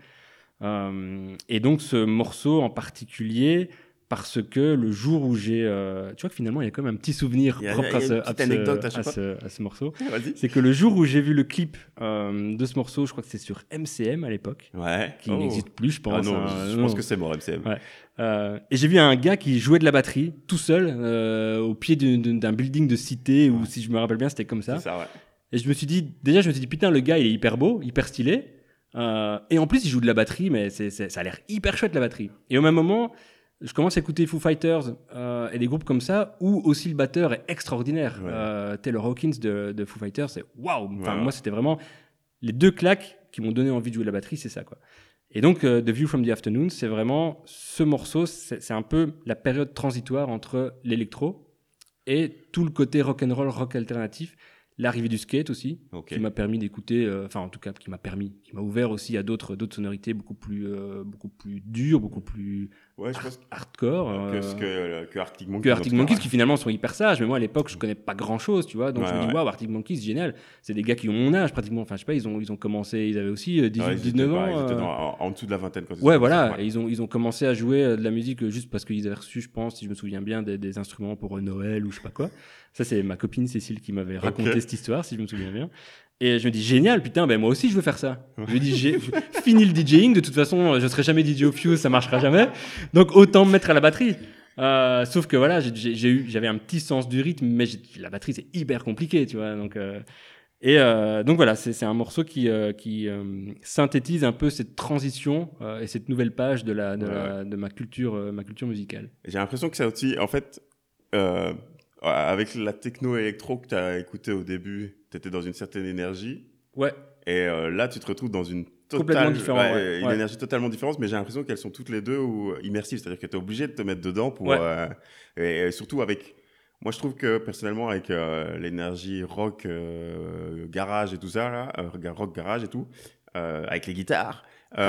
Speaker 1: Euh, et donc ce morceau en particulier, parce que le jour où j'ai... euh, tu vois que finalement, il y a quand même un petit souvenir
Speaker 2: Il y a-
Speaker 1: propre
Speaker 2: il y a
Speaker 1: à, ce,
Speaker 2: une
Speaker 1: à,
Speaker 2: petite
Speaker 1: ce,
Speaker 2: anecdote à
Speaker 1: à,
Speaker 2: chaque fois.
Speaker 1: ce, à ce morceau.
Speaker 2: Vas-y.
Speaker 1: C'est que le jour où j'ai vu le clip euh, de ce morceau, je crois que c'est sur M C M à l'époque,
Speaker 2: Ouais.
Speaker 1: qui
Speaker 2: Oh.
Speaker 1: n'existe plus, je pense.
Speaker 2: Ah non,
Speaker 1: hein.
Speaker 2: je, je
Speaker 1: Non.
Speaker 2: pense que c'est mort, M C M.
Speaker 1: Ouais. Euh, et j'ai vu un gars qui jouait de la batterie tout seul euh, au pied d'une- d'un building de cité, ou
Speaker 2: Ouais.
Speaker 1: si je me rappelle bien, c'était comme ça.
Speaker 2: C'est ça, ouais.
Speaker 1: Et je me suis dit, déjà, je me suis dit, putain, le gars, il est hyper beau, hyper stylé. Euh, et en plus, il joue de la batterie, mais c'est, c'est, ça a l'air hyper chouette, la batterie. Et au même moment, je commence à écouter Foo Fighters euh, et des groupes comme ça, où aussi le batteur est extraordinaire.
Speaker 2: Ouais.
Speaker 1: Euh, Taylor Hawkins de, de Foo Fighters, c'est waouh. Enfin,
Speaker 2: Ouais.
Speaker 1: moi, c'était vraiment les deux claques qui m'ont donné envie de jouer de la batterie, c'est ça, quoi. Et donc, euh, The View from the Afternoon, c'est vraiment ce morceau, c'est, c'est un peu la période transitoire entre l'électro et tout le côté rock'n'roll, rock alternatif. L'arrivée du skate aussi,
Speaker 2: Ok.
Speaker 1: qui m'a permis d'écouter, euh, enfin en tout cas qui m'a permis, qui m'a ouvert aussi à d'autres, d'autres sonorités beaucoup plus, euh, beaucoup plus dures, beaucoup plus
Speaker 2: Ouais, je pense
Speaker 1: hardcore.
Speaker 2: que,
Speaker 1: euh,
Speaker 2: ce que, que Arctic Monkeys.
Speaker 1: que Arctic
Speaker 2: en tout cas,
Speaker 1: Monkeys
Speaker 2: ouais.
Speaker 1: qui finalement sont hyper sages, mais moi à l'époque je connais pas grand chose, tu vois, donc
Speaker 2: Ouais,
Speaker 1: je me dis
Speaker 2: ouais.
Speaker 1: waouh, Arctic Monkeys génial, c'est des gars qui ont mon âge pratiquement, enfin je sais pas, ils ont, ils ont commencé, ils avaient aussi euh, dix-huit,
Speaker 2: Ouais, ils étaient
Speaker 1: dix-neuf
Speaker 2: pas-
Speaker 1: ans.
Speaker 2: Ils étaient
Speaker 1: euh,
Speaker 2: dans- en, en dessous de la vingtaine quand ils
Speaker 1: Ouais,
Speaker 2: ont commencé,
Speaker 1: voilà,
Speaker 2: ouais.
Speaker 1: et ils ont, ils ont commencé à jouer euh, de la musique euh, juste parce qu'ils avaient reçu, je pense, si je me souviens bien, des, des instruments pour euh, Noël ou je sais pas quoi. Ça, c'est ma copine Cécile qui m'avait raconté
Speaker 2: Ok.
Speaker 1: cette histoire, si je me souviens bien. Et je me dis, génial, putain, ben moi aussi je veux faire ça. Je me dis, j'ai fini le DJing, de toute façon, je serai jamais D J au Fuse, ça marchera jamais. Donc autant me mettre à la batterie. Euh, sauf que voilà, j'ai, j'ai, j'ai eu, j'avais un petit sens du rythme, mais j'ai, la batterie c'est hyper compliqué, tu vois. Donc, euh, et euh, donc voilà, c'est, c'est un morceau qui, euh, qui euh, synthétise un peu cette transition euh, et cette nouvelle page de, la, de,
Speaker 2: Ouais,
Speaker 1: la, de ma, culture, euh, ma culture musicale.
Speaker 2: J'ai l'impression que c'est aussi, en fait, euh, avec la techno-électro que tu as écouté au début, tu étais dans une certaine énergie.
Speaker 1: Ouais.
Speaker 2: Et euh, là, tu te retrouves dans une totale,
Speaker 1: Complètement différent,
Speaker 2: ouais,
Speaker 1: ouais,
Speaker 2: une
Speaker 1: ouais.
Speaker 2: énergie totalement différente, mais j'ai l'impression qu'elles sont toutes les deux ou, immersives, c'est-à-dire que tu es obligé de te mettre dedans pour,
Speaker 1: Ouais.
Speaker 2: euh, et, et surtout avec, moi je trouve que personnellement avec euh, l'énergie rock, euh, garage et tout ça là, euh, rock garage et tout, euh, avec les guitares,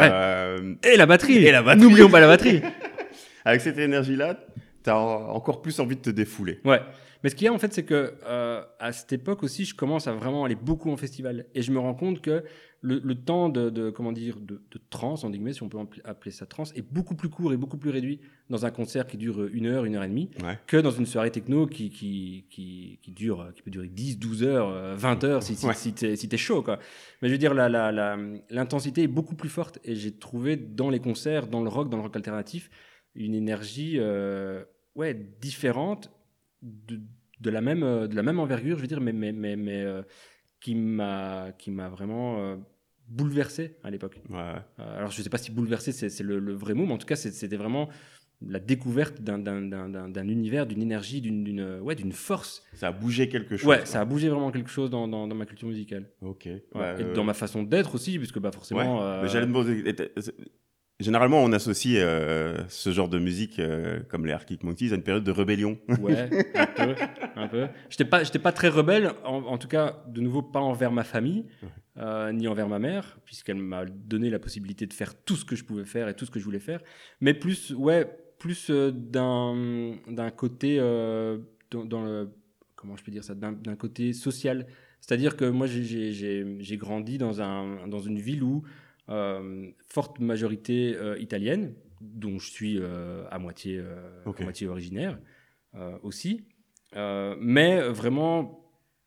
Speaker 2: euh,
Speaker 1: Et la batterie.
Speaker 2: Et la batterie.
Speaker 1: N'oublions pas la batterie.
Speaker 2: avec cette énergie-là, tu as encore plus envie de te défouler.
Speaker 1: Ouais. Mais ce qu'il y a en fait, c'est que euh, à cette époque aussi, je commence à vraiment aller beaucoup en festival, et je me rends compte que le, le temps de, de comment dire de, de trance, en guillemets, si on peut appeler ça trance, est beaucoup plus court et beaucoup plus réduit dans un concert qui dure une heure, une heure et demie,
Speaker 2: Ouais.
Speaker 1: que dans une soirée techno qui qui qui, qui dure, qui peut durer dix, douze heures, vingt heures si si,
Speaker 2: Ouais.
Speaker 1: si t'es si t'es chaud quoi. Mais je veux dire la, la, la l'intensité est beaucoup plus forte, et j'ai trouvé dans les concerts, dans le rock, dans le rock alternatif, une énergie euh, ouais différente. De, de la même, euh, de la même envergure, je veux dire, mais, mais, mais, mais euh, qui m'a, qui m'a vraiment euh, bouleversé à l'époque.
Speaker 2: Ouais.
Speaker 1: Euh, alors, je ne sais pas si bouleversé, c'est, c'est le, le vrai mot, mais en tout cas, c'est, c'était vraiment la découverte d'un, d'un, d'un, d'un, d'un univers, d'une énergie, d'une, d'une, ouais, d'une force.
Speaker 2: Ça a bougé quelque chose.
Speaker 1: Ouais,
Speaker 2: quoi.
Speaker 1: ça a bougé vraiment quelque chose dans, dans, dans ma culture musicale.
Speaker 2: Ok.
Speaker 1: Ouais.
Speaker 2: Bah,
Speaker 1: Et
Speaker 2: euh...
Speaker 1: dans ma façon d'être aussi, puisque bah, forcément...
Speaker 2: Ouais.
Speaker 1: Euh...
Speaker 2: Mais j'allais te demander... Généralement, on associe euh, ce genre de musique, euh, comme les Arctic Monkeys, à une période de rébellion.
Speaker 1: Ouais, un peu, un peu. J'étais pas, j'étais pas très rebelle, en, en tout cas, de nouveau, pas envers ma famille, ouais. euh, ni envers ma mère, puisqu'elle m'a donné la possibilité de faire tout ce que je pouvais faire et tout ce que je voulais faire, mais plus, ouais, plus euh, d'un, d'un côté, euh, dans, dans le, comment je peux dire ça, d'un, d'un côté social. C'est-à-dire que moi, j'ai, j'ai, j'ai, j'ai grandi dans, un, dans une ville où Euh, forte majorité euh, italienne, dont je suis euh, à, moitié, euh, okay. à moitié originaire euh, aussi. Euh, mais vraiment,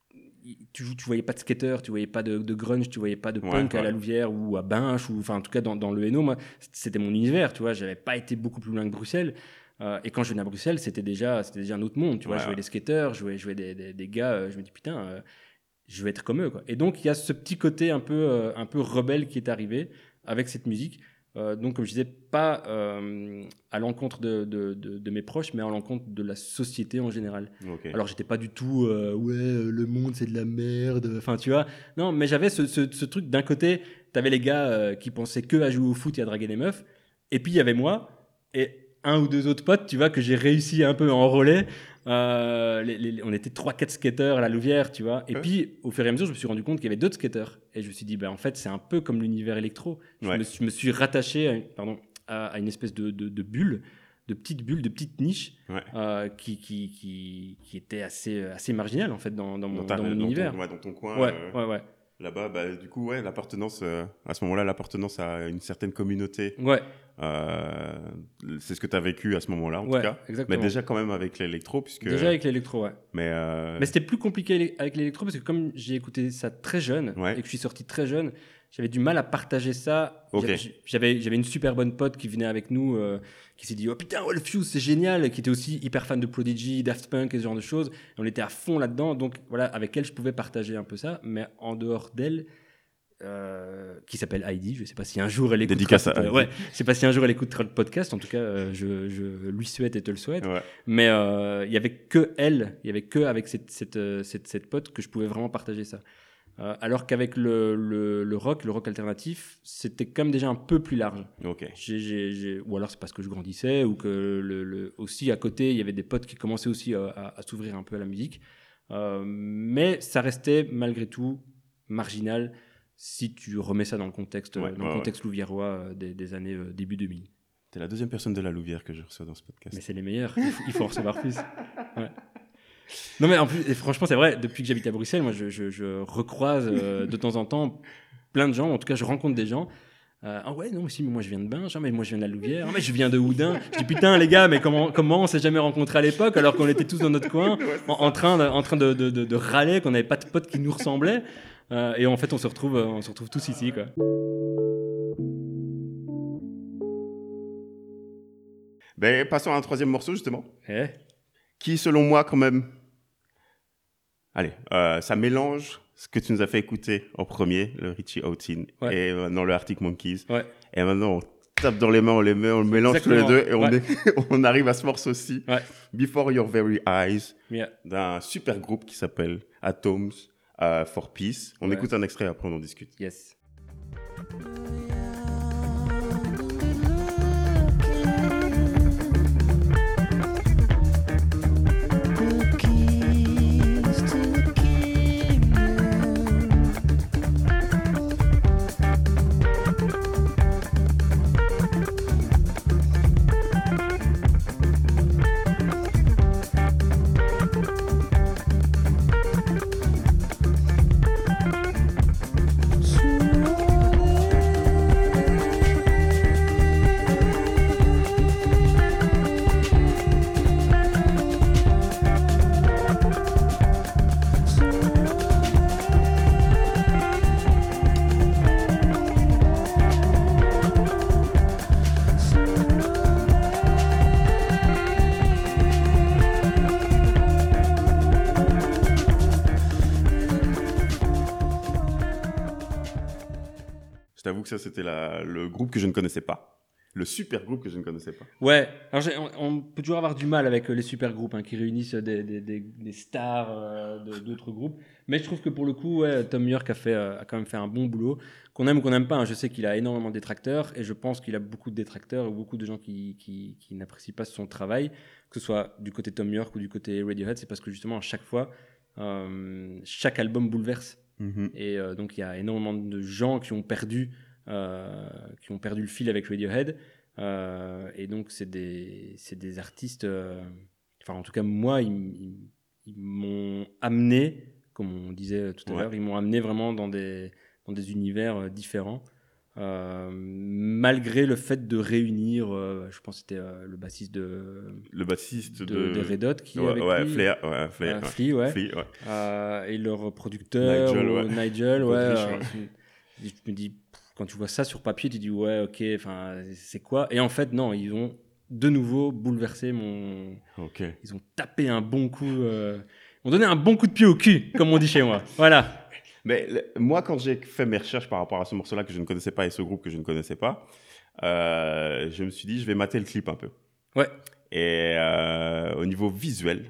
Speaker 1: tu ne voyais pas de skater, tu ne voyais pas de, de grunge, tu ne voyais pas de punk ouais, à ouais. la Louvière ou à Binche, ou en tout cas dans, dans le Hainaut. Moi, c'était mon univers, tu vois, je n'avais pas été beaucoup plus loin que Bruxelles. Euh, et quand je venais à Bruxelles, c'était déjà, c'était déjà un autre monde. Tu vois, ouais, je voyais ouais. des skateurs, je voyais, je voyais des, des, des gars, euh, je me dis putain... Euh, je vais être comme eux, quoi. Et donc, il y a ce petit côté un peu, euh, un peu rebelle qui est arrivé avec cette musique. Euh, donc, comme je disais, pas euh, à l'encontre de, de, de, de mes proches, mais à l'encontre de la société en général. Okay. Alors, j'étais pas du tout euh, « ouais, euh, le monde, c'est de la merde ». Enfin, tu vois. Non, mais j'avais ce, ce, ce truc, d'un côté, t'avais les gars euh, qui pensaient que à jouer au foot et à draguer des meufs. Et puis, il y avait moi et un ou deux autres potes, tu vois, que j'ai réussi un peu à enrôler. Euh, les, les, on était trois quatre skateurs à la Louvière, tu vois. Et ouais. puis, au fur et à mesure, je me suis rendu compte qu'il y avait d'autres skateurs. Et je me suis dit, bah, en fait, c'est un peu comme l'univers électro. Je, ouais. me, je me suis rattaché à, pardon, à, à une espèce de, de, de bulle, de petites bulles, de petites niches ouais. euh, qui, qui, qui, qui étaient assez, assez marginales, en fait, dans, dans mon, dans ta, dans mon dans univers.
Speaker 2: Ton, ouais, dans ton coin.
Speaker 1: Ouais,
Speaker 2: euh,
Speaker 1: ouais, ouais.
Speaker 2: Là-bas, bah, du coup, ouais, l'appartenance, euh, à ce moment-là, l'appartenance à une certaine communauté.
Speaker 1: Ouais.
Speaker 2: Euh, c'est ce que tu as vécu à ce moment-là, en
Speaker 1: ouais,
Speaker 2: tout cas.
Speaker 1: Exactement.
Speaker 2: Mais déjà quand même avec l'électro. Puisque...
Speaker 1: Déjà avec l'électro, ouais.
Speaker 2: Mais, euh...
Speaker 1: Mais c'était plus compliqué avec l'électro parce que comme j'ai écouté ça très jeune ouais. et que je suis sorti très jeune, j'avais du mal à partager ça.
Speaker 2: Okay.
Speaker 1: J'avais, j'avais une super bonne pote qui venait avec nous, euh, qui s'est dit « Oh putain, ouais, le Fuse, c'est génial !» qui était aussi hyper fan de Prodigy, Daft Punk et ce genre de choses. Et on était à fond là-dedans. Donc voilà, avec elle, je pouvais partager un peu ça. Mais en dehors d'elle... Euh, qui s'appelle Heidi, je ne sais pas si un jour elle écoutera.
Speaker 2: Dédicace à Heidi.
Speaker 1: Ouais, je sais pas si un jour elle écoutera le podcast. En tout cas, euh, je, je lui souhaite et te le souhaite.
Speaker 2: Ouais.
Speaker 1: Mais il euh, y avait que elle, il y avait que avec cette cette, cette cette pote que je pouvais vraiment partager ça. Euh, alors qu'avec le, le le rock, le rock alternatif, c'était quand même déjà un peu plus large.
Speaker 2: Ok.
Speaker 1: J'ai, j'ai, j'ai... Ou alors c'est parce que je grandissais ou que le, le aussi à côté il y avait des potes qui commençaient aussi à, à, à s'ouvrir un peu à la musique. Euh, mais ça restait malgré tout marginal. Si tu remets ça dans le contexte, ouais, dans ouais, le contexte ouais. louviérois euh, des, des années euh, début deux mille.
Speaker 2: T'es la deuxième personne de la Louvière que je reçois dans ce podcast.
Speaker 1: Mais c'est les meilleurs, il faut, il faut en recevoir plus. Ouais. Non mais en plus, et franchement c'est vrai, depuis que j'habite à Bruxelles, moi je, je, je recroise euh, de temps en temps plein de gens, en tout cas je rencontre des gens. Euh, ah ouais, non, mais si, mais moi je viens de Binge, mais moi je viens de la Louvière, ah, mais je viens de Houdin. Je dis putain les gars, mais comment, comment on s'est jamais rencontrés à l'époque alors qu'on était tous dans notre coin, ouais, en, en train, de, en train de, de, de, de râler, qu'on n'avait pas de potes qui nous ressemblaient. Euh, et en fait, on se retrouve, on se retrouve tous ici, quoi.
Speaker 2: Ben, passons à un troisième morceau, justement.
Speaker 1: Eh
Speaker 2: qui, selon moi, quand même... Allez, euh, ça mélange ce que tu nous as fait écouter en premier, le Richie Houghton, ouais. et maintenant le Arctic Monkeys.
Speaker 1: Ouais.
Speaker 2: Et maintenant, on tape dans les mains, on les met, on le mélange tous les deux, et on, ouais. est, on arrive à ce morceau-ci,
Speaker 1: ouais.
Speaker 2: Before Your Very Eyes,
Speaker 1: yeah.
Speaker 2: d'un super groupe qui s'appelle Atoms uh, for Peace. On ouais. écoute un extrait, après on en discute.
Speaker 1: Yes.
Speaker 2: j'avoue que ça, c'était la, le groupe que je ne connaissais pas. Le super groupe que je ne connaissais pas.
Speaker 1: Ouais, alors j'ai- on, on peut toujours avoir du mal avec euh, les super groupes hein, qui réunissent des, des, des, des stars euh, de- d'autres groupes. Mais je trouve que pour le coup, ouais, Tom York a, fait, euh, a quand même fait un bon boulot. Qu'on aime ou qu'on n'aime pas, hein, je sais qu'il a énormément de détracteurs et je pense qu'il a beaucoup de détracteurs et beaucoup de gens qui, qui, qui n'apprécient pas son travail, que ce soit du côté Tom York ou du côté Radiohead. C'est parce que justement, à chaque fois, euh, chaque album bouleverse.
Speaker 2: Mm-hmm.
Speaker 1: Et euh, donc, il y a énormément de gens qui ont perdu, euh, qui ont perdu le fil avec Radiohead. Euh, et donc, c'est des, c'est des artistes. euh, Enfin, en tout cas, moi, ils, m- ils m- ils m'ont amené, comme on disait tout à
Speaker 2: Ouais.
Speaker 1: l'heure, ils m'ont amené vraiment dans des, dans des univers euh, différents. Euh, malgré le fait de réunir, euh, je pense que c'était euh, le bassiste de,
Speaker 2: Le bassiste
Speaker 1: de,
Speaker 2: de...
Speaker 1: des Red Hot qui est
Speaker 2: Ouais,
Speaker 1: avec
Speaker 2: ouais,
Speaker 1: lui.
Speaker 2: Flea, ouais, Flea,
Speaker 1: Euh,
Speaker 2: ouais.
Speaker 1: Flea, ouais.
Speaker 2: Flea, ouais.
Speaker 1: Euh, et leur producteur,
Speaker 2: Nigel,
Speaker 1: ou
Speaker 2: ouais.
Speaker 1: Nigel, ouais.
Speaker 2: Godrich,
Speaker 1: euh,
Speaker 2: ouais.
Speaker 1: je me dis, pff, quand tu vois ça sur papier, tu dis, ouais, ok, enfin, c'est quoi? Et en fait, non, ils ont de nouveau bouleversé mon.
Speaker 2: Ok.
Speaker 1: Ils ont tapé un bon coup. euh, Ils ont donné un bon coup de pied au cul, comme on dit chez moi. Voilà.
Speaker 2: Mais le- moi, quand j'ai fait mes recherches par rapport à ce morceau-là que je ne connaissais pas et ce groupe que je ne connaissais pas, euh, je me suis dit, je vais mater le clip un peu.
Speaker 1: Ouais.
Speaker 2: Et euh, au niveau visuel,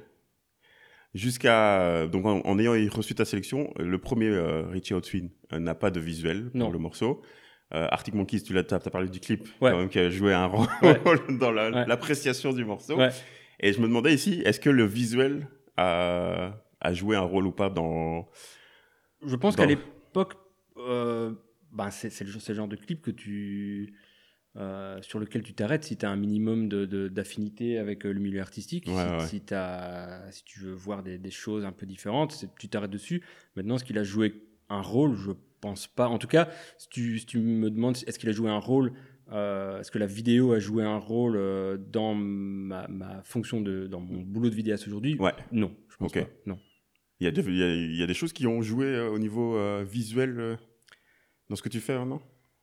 Speaker 2: jusqu'à donc en, en ayant reçu ta sélection, le premier euh, Richie Hawtin euh, n'a pas de visuel pour
Speaker 1: Non.
Speaker 2: le morceau. Euh, Arctic Monkeys, tu l'as, t'as, t'as parlé du clip,
Speaker 1: Ouais.
Speaker 2: quand même, qui a joué un rôle
Speaker 1: Ouais.
Speaker 2: dans la-
Speaker 1: Ouais.
Speaker 2: l'appréciation du morceau.
Speaker 1: Ouais.
Speaker 2: Et je me demandais ici, est-ce que le visuel a, a joué un rôle ou pas dans...
Speaker 1: Je pense
Speaker 2: Dans-
Speaker 1: qu'à l'époque, euh, ben c'est, c'est, le, c'est le genre de clip que tu, euh, sur lequel tu t'arrêtes si tu as un minimum de, de, d'affinité avec euh, le milieu artistique.
Speaker 2: Ouais,
Speaker 1: si,
Speaker 2: ouais.
Speaker 1: Si, t'as, si tu veux voir des, des choses un peu différentes, c'est, tu t'arrêtes dessus. Maintenant, est-ce qu'il a joué un rôle? Je pense pas. En tout cas, si tu, si tu me demandes est-ce qu'il a joué un rôle, euh, est-ce que la vidéo a joué un rôle euh, dans ma, ma fonction, de, dans mon boulot de vidéaste aujourd'hui?
Speaker 2: Ouais.
Speaker 1: Non, je pense
Speaker 2: Ok.
Speaker 1: pas. Non.
Speaker 2: Il y, a des, il, y a, il y a des choses qui ont joué euh, au niveau euh, visuel euh, dans ce que tu fais maintenant?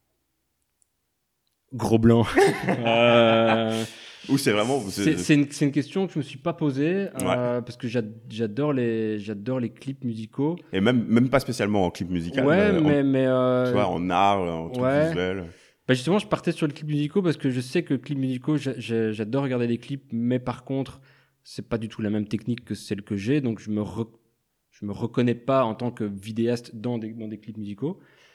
Speaker 1: Gros blanc. euh,
Speaker 2: Ou c'est vraiment...
Speaker 1: c'est, c'est, une, c'est une question que je me suis pas posée euh,
Speaker 2: Ouais.
Speaker 1: parce que j'ad- j'adore les, j'adore les clips musicaux.
Speaker 2: Et même, même pas spécialement en clip musical,
Speaker 1: Ouais,
Speaker 2: mais,
Speaker 1: mais,
Speaker 2: en,
Speaker 1: mais euh,
Speaker 2: tu vois, en art, en truc
Speaker 1: ouais.
Speaker 2: visuel.
Speaker 1: Bah justement, je partais sur les clips musicaux parce que je sais que les clips musicaux, j'a- j'a- j'adore regarder les clips, mais par contre, c'est pas du tout la même technique que celle que j'ai, donc je me re- je me reconnais pas en tant que vidéaste dans des, dans des clips musicaux.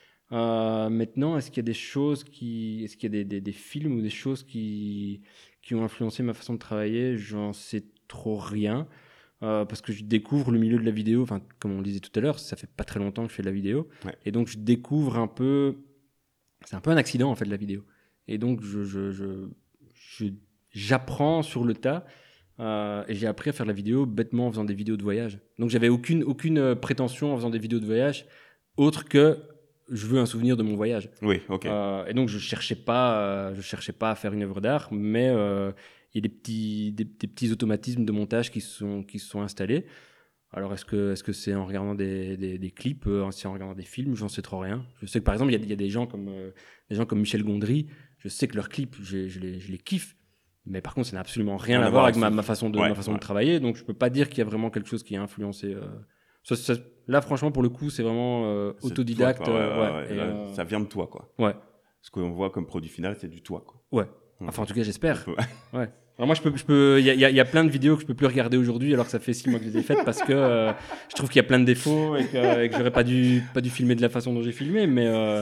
Speaker 1: Euh, maintenant, est-ce qu'il y a des choses qui, est-ce qu'il y a des, des, des films ou des choses qui, qui ont influencé ma façon de travailler? J'en sais trop rien. Euh, parce que je découvre le milieu de la vidéo, enfin, comme on le disait tout à l'heure, ça fait pas très longtemps que je fais de la vidéo.
Speaker 2: Ouais.
Speaker 1: Et donc, je découvre un peu. C'est un peu un accident, en fait, de la vidéo. Et donc, je, je, je, je- j'apprends sur le tas. Euh, et j'ai appris à faire de la vidéo bêtement en faisant des vidéos de voyage. Donc, j'avais aucune, aucune euh, prétention en faisant des vidéos de voyage autre que je veux un souvenir de mon voyage.
Speaker 2: Oui, ok.
Speaker 1: Euh, et donc, je cherchais pas, euh, je cherchais pas à faire une œuvre d'art, mais euh, il y a des petits, des, des petits automatismes de montage qui se sont, qui se sont installés. Alors, est-ce que, est-ce que c'est en regardant des, des, des clips, euh, c'est en regardant des films? J'en sais trop rien. Je sais que, par exemple, il y a, il y a des, gens comme, euh, des gens comme Michel Gondry, je sais que leurs clips, je, je, les, je les kiffe, mais par contre, ça n'a absolument rien,
Speaker 2: Rien
Speaker 1: à
Speaker 2: à
Speaker 1: voir
Speaker 2: voir
Speaker 1: avec ma,
Speaker 2: avec-
Speaker 1: ma façon, de,
Speaker 2: Ouais,
Speaker 1: ma façon
Speaker 2: ouais.
Speaker 1: de travailler, donc je peux pas dire qu'il y a vraiment quelque chose qui a influencé... euh, ça- ça- là, franchement, pour le coup, c'est vraiment euh,
Speaker 2: C'est
Speaker 1: autodidacte.
Speaker 2: toi, quoi. Ouais,
Speaker 1: euh,
Speaker 2: ouais,
Speaker 1: ouais,
Speaker 2: ouais.
Speaker 1: et,
Speaker 2: Là,
Speaker 1: euh,
Speaker 2: ça vient de toi, quoi.
Speaker 1: ouais.
Speaker 2: Ce qu'on voit comme produit final, c'est du toi, quoi.
Speaker 1: Ouais. Enfin, en tout cas, j'espère.
Speaker 2: On peut-
Speaker 1: Ouais. Alors moi, je peux, je peux, il y, a- il y a- il y a plein de vidéos que je peux plus regarder aujourd'hui, alors que ça fait six mois que je les ai faites parce que euh, je trouve qu'il y a plein de défauts et que, et que j'aurais pas dû, pas dû filmer de la façon dont j'ai filmé. Mais euh,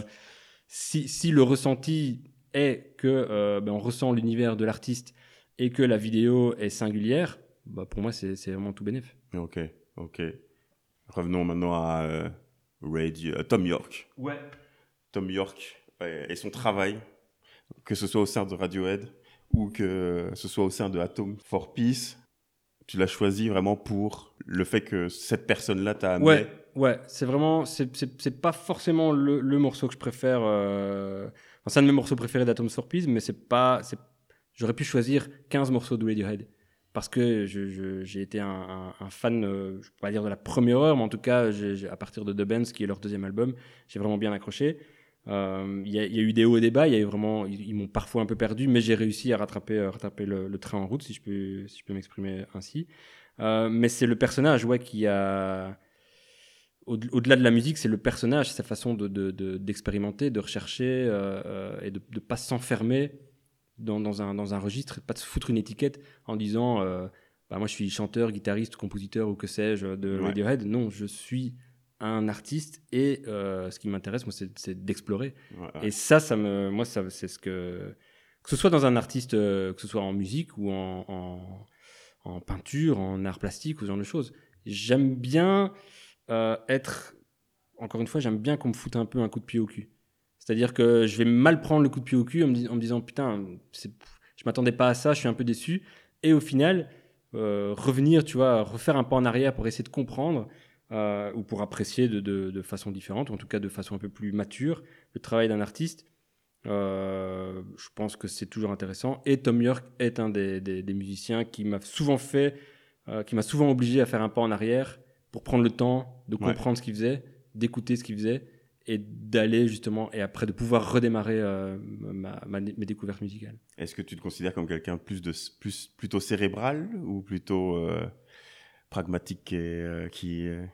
Speaker 1: si, si le ressenti est que euh, ben, on ressent l'univers de l'artiste et que la vidéo est singulière, bah pour moi, c'est, c'est vraiment tout bénef.
Speaker 2: Ok, ok. Revenons maintenant à euh, Radio, euh, Tom York.
Speaker 1: Ouais.
Speaker 2: Tom York euh, et son travail, que ce soit au sein de Radiohead ou que ce soit au sein de Atom for Peace, tu l'as choisi vraiment pour le fait que cette personne-là t'a amené.
Speaker 1: Ouais, ouais, c'est vraiment, c'est, c'est, c'est pas forcément le, le morceau que je préfère. Euh... Enfin, c'est un de mes morceaux préférés d'Atoms for Peace, mais c'est pas, c'est... j'aurais pu choisir quinze morceaux de Radiohead parce que je, je, j'ai été un, un, un fan, euh, je peux pas dire de la première heure, mais en tout cas, j'ai, j'ai, à partir de The Bands, qui est leur deuxième album, j'ai vraiment bien accroché. Il euh, y, y a eu des hauts et des bas, y a eu vraiment, ils, ils m'ont parfois un peu perdu, mais j'ai réussi à rattraper, à rattraper le, le train en route, si je peux, si je peux m'exprimer ainsi. Euh, mais c'est le personnage, ouais, qui a, au- au-delà de la musique, c'est le personnage, sa façon de, de- de- d'expérimenter, de rechercher euh, et de ne pas s'enfermer dans, dans, un, dans un registre, pas de se foutre une étiquette en disant euh, bah, moi je suis chanteur, guitariste, compositeur ou que sais-je de
Speaker 2: Ouais.
Speaker 1: Radiohead. Non, je suis un artiste et euh, ce qui m'intéresse, moi, c'est, c'est d'explorer.
Speaker 2: Ouais, ouais.
Speaker 1: Et ça, ça me, moi, ça, c'est ce que. Que ce soit dans un artiste, euh, que ce soit en musique ou en, en, en peinture, en art plastique ou ce genre de choses. J'aime bien euh, être. Encore une fois, j'aime bien qu'on me foute un peu un coup de pied au cul. C'est-à-dire que je vais mal prendre le coup de pied au cul en me, dis- en me disant putain, c'est, je m'attendais pas à ça, je suis un peu déçu. Et au final, euh, revenir, tu vois, refaire un pas en arrière pour essayer de comprendre euh, ou pour apprécier de, de, de façon différente, ou en tout cas de façon un peu plus mature, le travail d'un artiste. Euh, je pense que c'est toujours intéressant. Et Tom York est un des, des, des musiciens qui m'a souvent fait, euh, qui m'a souvent obligé à faire un pas en arrière pour prendre le temps de
Speaker 2: Ouais.
Speaker 1: comprendre ce qu'il faisait, d'écouter ce qu'il faisait et d'aller justement, et après de pouvoir redémarrer euh, ma, ma, mes découvertes musicales.
Speaker 2: Est-ce que tu te considères comme quelqu'un plus de, plus, plutôt cérébral ou plutôt euh, pragmatique et, euh, qui... euh,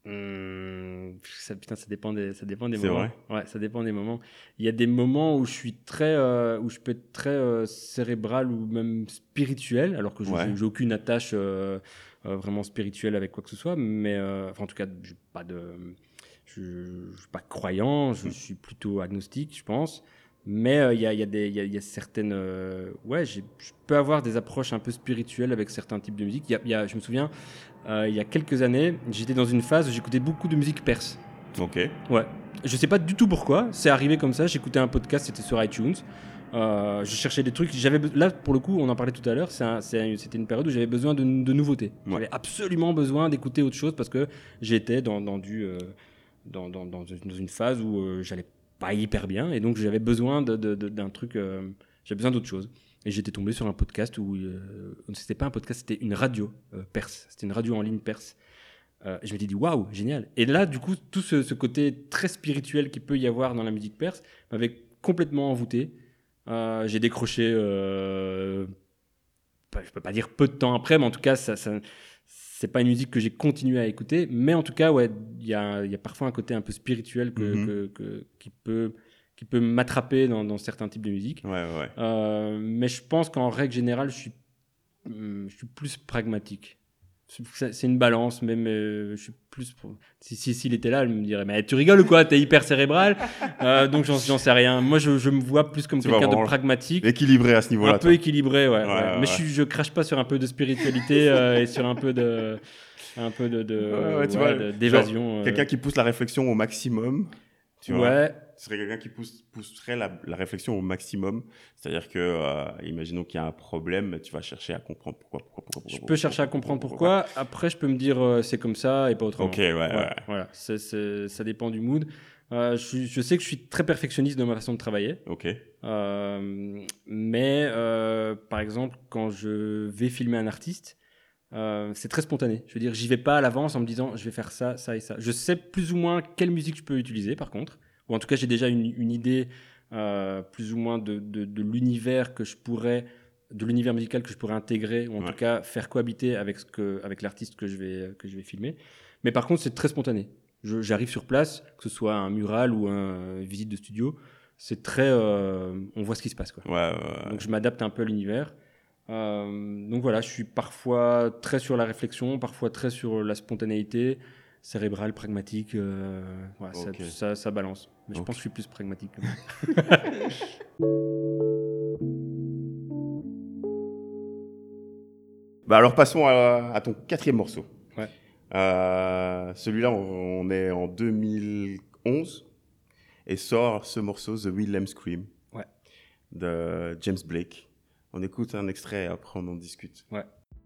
Speaker 1: Hum, ça, putain, ça dépend des, ça dépend des
Speaker 2: C'est
Speaker 1: moments.
Speaker 2: vrai
Speaker 1: Ouais, ça dépend des moments. Il y a des moments où je suis très, euh, où je peux être très euh, cérébral ou même spirituel, alors que je
Speaker 2: Ouais.
Speaker 1: j'ai, j'ai aucune attache euh, euh, vraiment spirituelle avec quoi que ce soit. Mais euh, enfin, en tout cas, j'ai pas de, je, je suis pas croyant. Je
Speaker 2: Mm.
Speaker 1: suis plutôt agnostique, je pense. Mais euh, il y, a, il y, a des- il y, a, il y a certaines, euh, ouais, j'ai, je peux avoir des approches un peu spirituelles avec certains types de musique. Il y a, il y a, je me souviens. Euh, il y a quelques années, j'étais dans une phase où j'écoutais beaucoup de musique perse.
Speaker 2: Ok.
Speaker 1: Ouais. Je sais pas du tout pourquoi, c'est arrivé comme ça. J'écoutais un podcast, c'était sur iTunes. Euh, je cherchais des trucs. J'avais be- là pour le coup, on en parlait tout à l'heure. C'est un- c'est un- c'était une période où j'avais besoin de, de nouveautés.
Speaker 2: Ouais.
Speaker 1: J'avais absolument besoin d'écouter autre chose parce que j'étais dans, dans du euh, dans, dans, dans, dans une phase où euh, j'allais pas hyper bien et donc j'avais besoin de, de, de- d'un truc. Euh, j'avais besoin d'autre chose. Et j'étais tombé sur un podcast où euh, c'était pas un podcast, c'était une radio euh, perse. C'était une radio en ligne perse. Euh, je m'étais dit waouh, génial. Et là, du coup, tout ce, ce côté très spirituel qu'il peut y avoir dans la musique perse m'avait complètement envoûté. Euh, j'ai décroché, euh, pas- je peux pas dire peu de temps après, mais en tout cas, ça, ça, c'est pas une musique que j'ai continué à écouter. Mais en tout cas, ouais, il y a, il y a parfois un côté un peu spirituel que,
Speaker 2: Mhm.
Speaker 1: que, que- qui peut, qui peut m'attraper dans, dans certains types de musique.
Speaker 2: Ouais, ouais, ouais.
Speaker 1: Euh, mais je pense qu'en règle générale, je suis, hum, je suis plus pragmatique. C'est c'est une balance, même euh, je suis plus. Pour... Si, si, s'il était là, il me dirait mais tu rigoles ou quoi, t'es hyper cérébral. Euh, donc j'en, j'en sais rien. Moi, je, je me vois plus comme
Speaker 2: Tu vois
Speaker 1: quelqu'un de
Speaker 2: vraiment
Speaker 1: pragmatique,
Speaker 2: Équilibré à ce niveau-là.
Speaker 1: un peu
Speaker 2: toi.
Speaker 1: équilibré, ouais.
Speaker 2: Ouais,
Speaker 1: ouais.
Speaker 2: ouais,
Speaker 1: Mais
Speaker 2: ouais.
Speaker 1: je, suis, je crache pas sur un peu de spiritualité euh, et sur un peu de, un peu de, de,
Speaker 2: Ouais, ouais, tu
Speaker 1: ouais,
Speaker 2: vois,
Speaker 1: de-
Speaker 2: genre,
Speaker 1: d'évasion. euh.
Speaker 2: Quelqu'un qui pousse la réflexion au maximum. Tu vois.
Speaker 1: Ouais.
Speaker 2: Ce serait quelqu'un qui pousse, pousserait la, la réflexion au maximum. C'est-à-dire que, euh, imaginons qu'il y a un problème, tu vas chercher à comprendre pourquoi. pourquoi, pourquoi, pourquoi
Speaker 1: Je
Speaker 2: pourquoi,
Speaker 1: peux chercher à comprendre pourquoi. Après, je peux me dire euh, c'est comme ça et pas autrement.
Speaker 2: Ok, ouais, ouais.
Speaker 1: Voilà, c'est, c'est, ça dépend du mood. Euh, je, suis- je sais que je suis très perfectionniste dans ma façon de travailler.
Speaker 2: Ok.
Speaker 1: Euh, mais euh, par exemple, quand je vais filmer un artiste, euh, c'est très spontané. Je veux dire, j'y vais pas à l'avance en me disant je vais faire ça, ça et ça. Je sais plus ou moins quelle musique je peux utiliser par contre. Ou en tout cas, j'ai déjà une, une idée euh, plus ou moins de, de, de l'univers que je pourrais, de l'univers musical que je pourrais intégrer, ou en
Speaker 2: Ouais.
Speaker 1: tout cas faire cohabiter avec, ce que, avec l'artiste que je, vais, que je vais filmer. Mais par contre, c'est très spontané. Je, j'arrive sur place, que ce soit un mural ou un- une visite de studio, c'est très. Euh, on voit ce qui se passe, quoi.
Speaker 2: Ouais, ouais, ouais.
Speaker 1: Donc je m'adapte un peu à l'univers. Euh, donc voilà, je suis parfois très sur la réflexion, parfois très sur la spontanéité, cérébrale, pragmatique. Euh, voilà, ça-
Speaker 2: Ok.
Speaker 1: ça, ça balance. Mais je
Speaker 2: Ok.
Speaker 1: pense que je suis plus pragmatique. Quand même.
Speaker 2: Bah alors passons à, à ton quatrième morceau.
Speaker 1: Ouais.
Speaker 2: Euh, celui-là, on, on est en deux mille onze et sort ce morceau, The Wilhelm Scream,
Speaker 1: Ouais.
Speaker 2: de James Blake. On écoute un extrait et après on en discute.
Speaker 1: Ouais.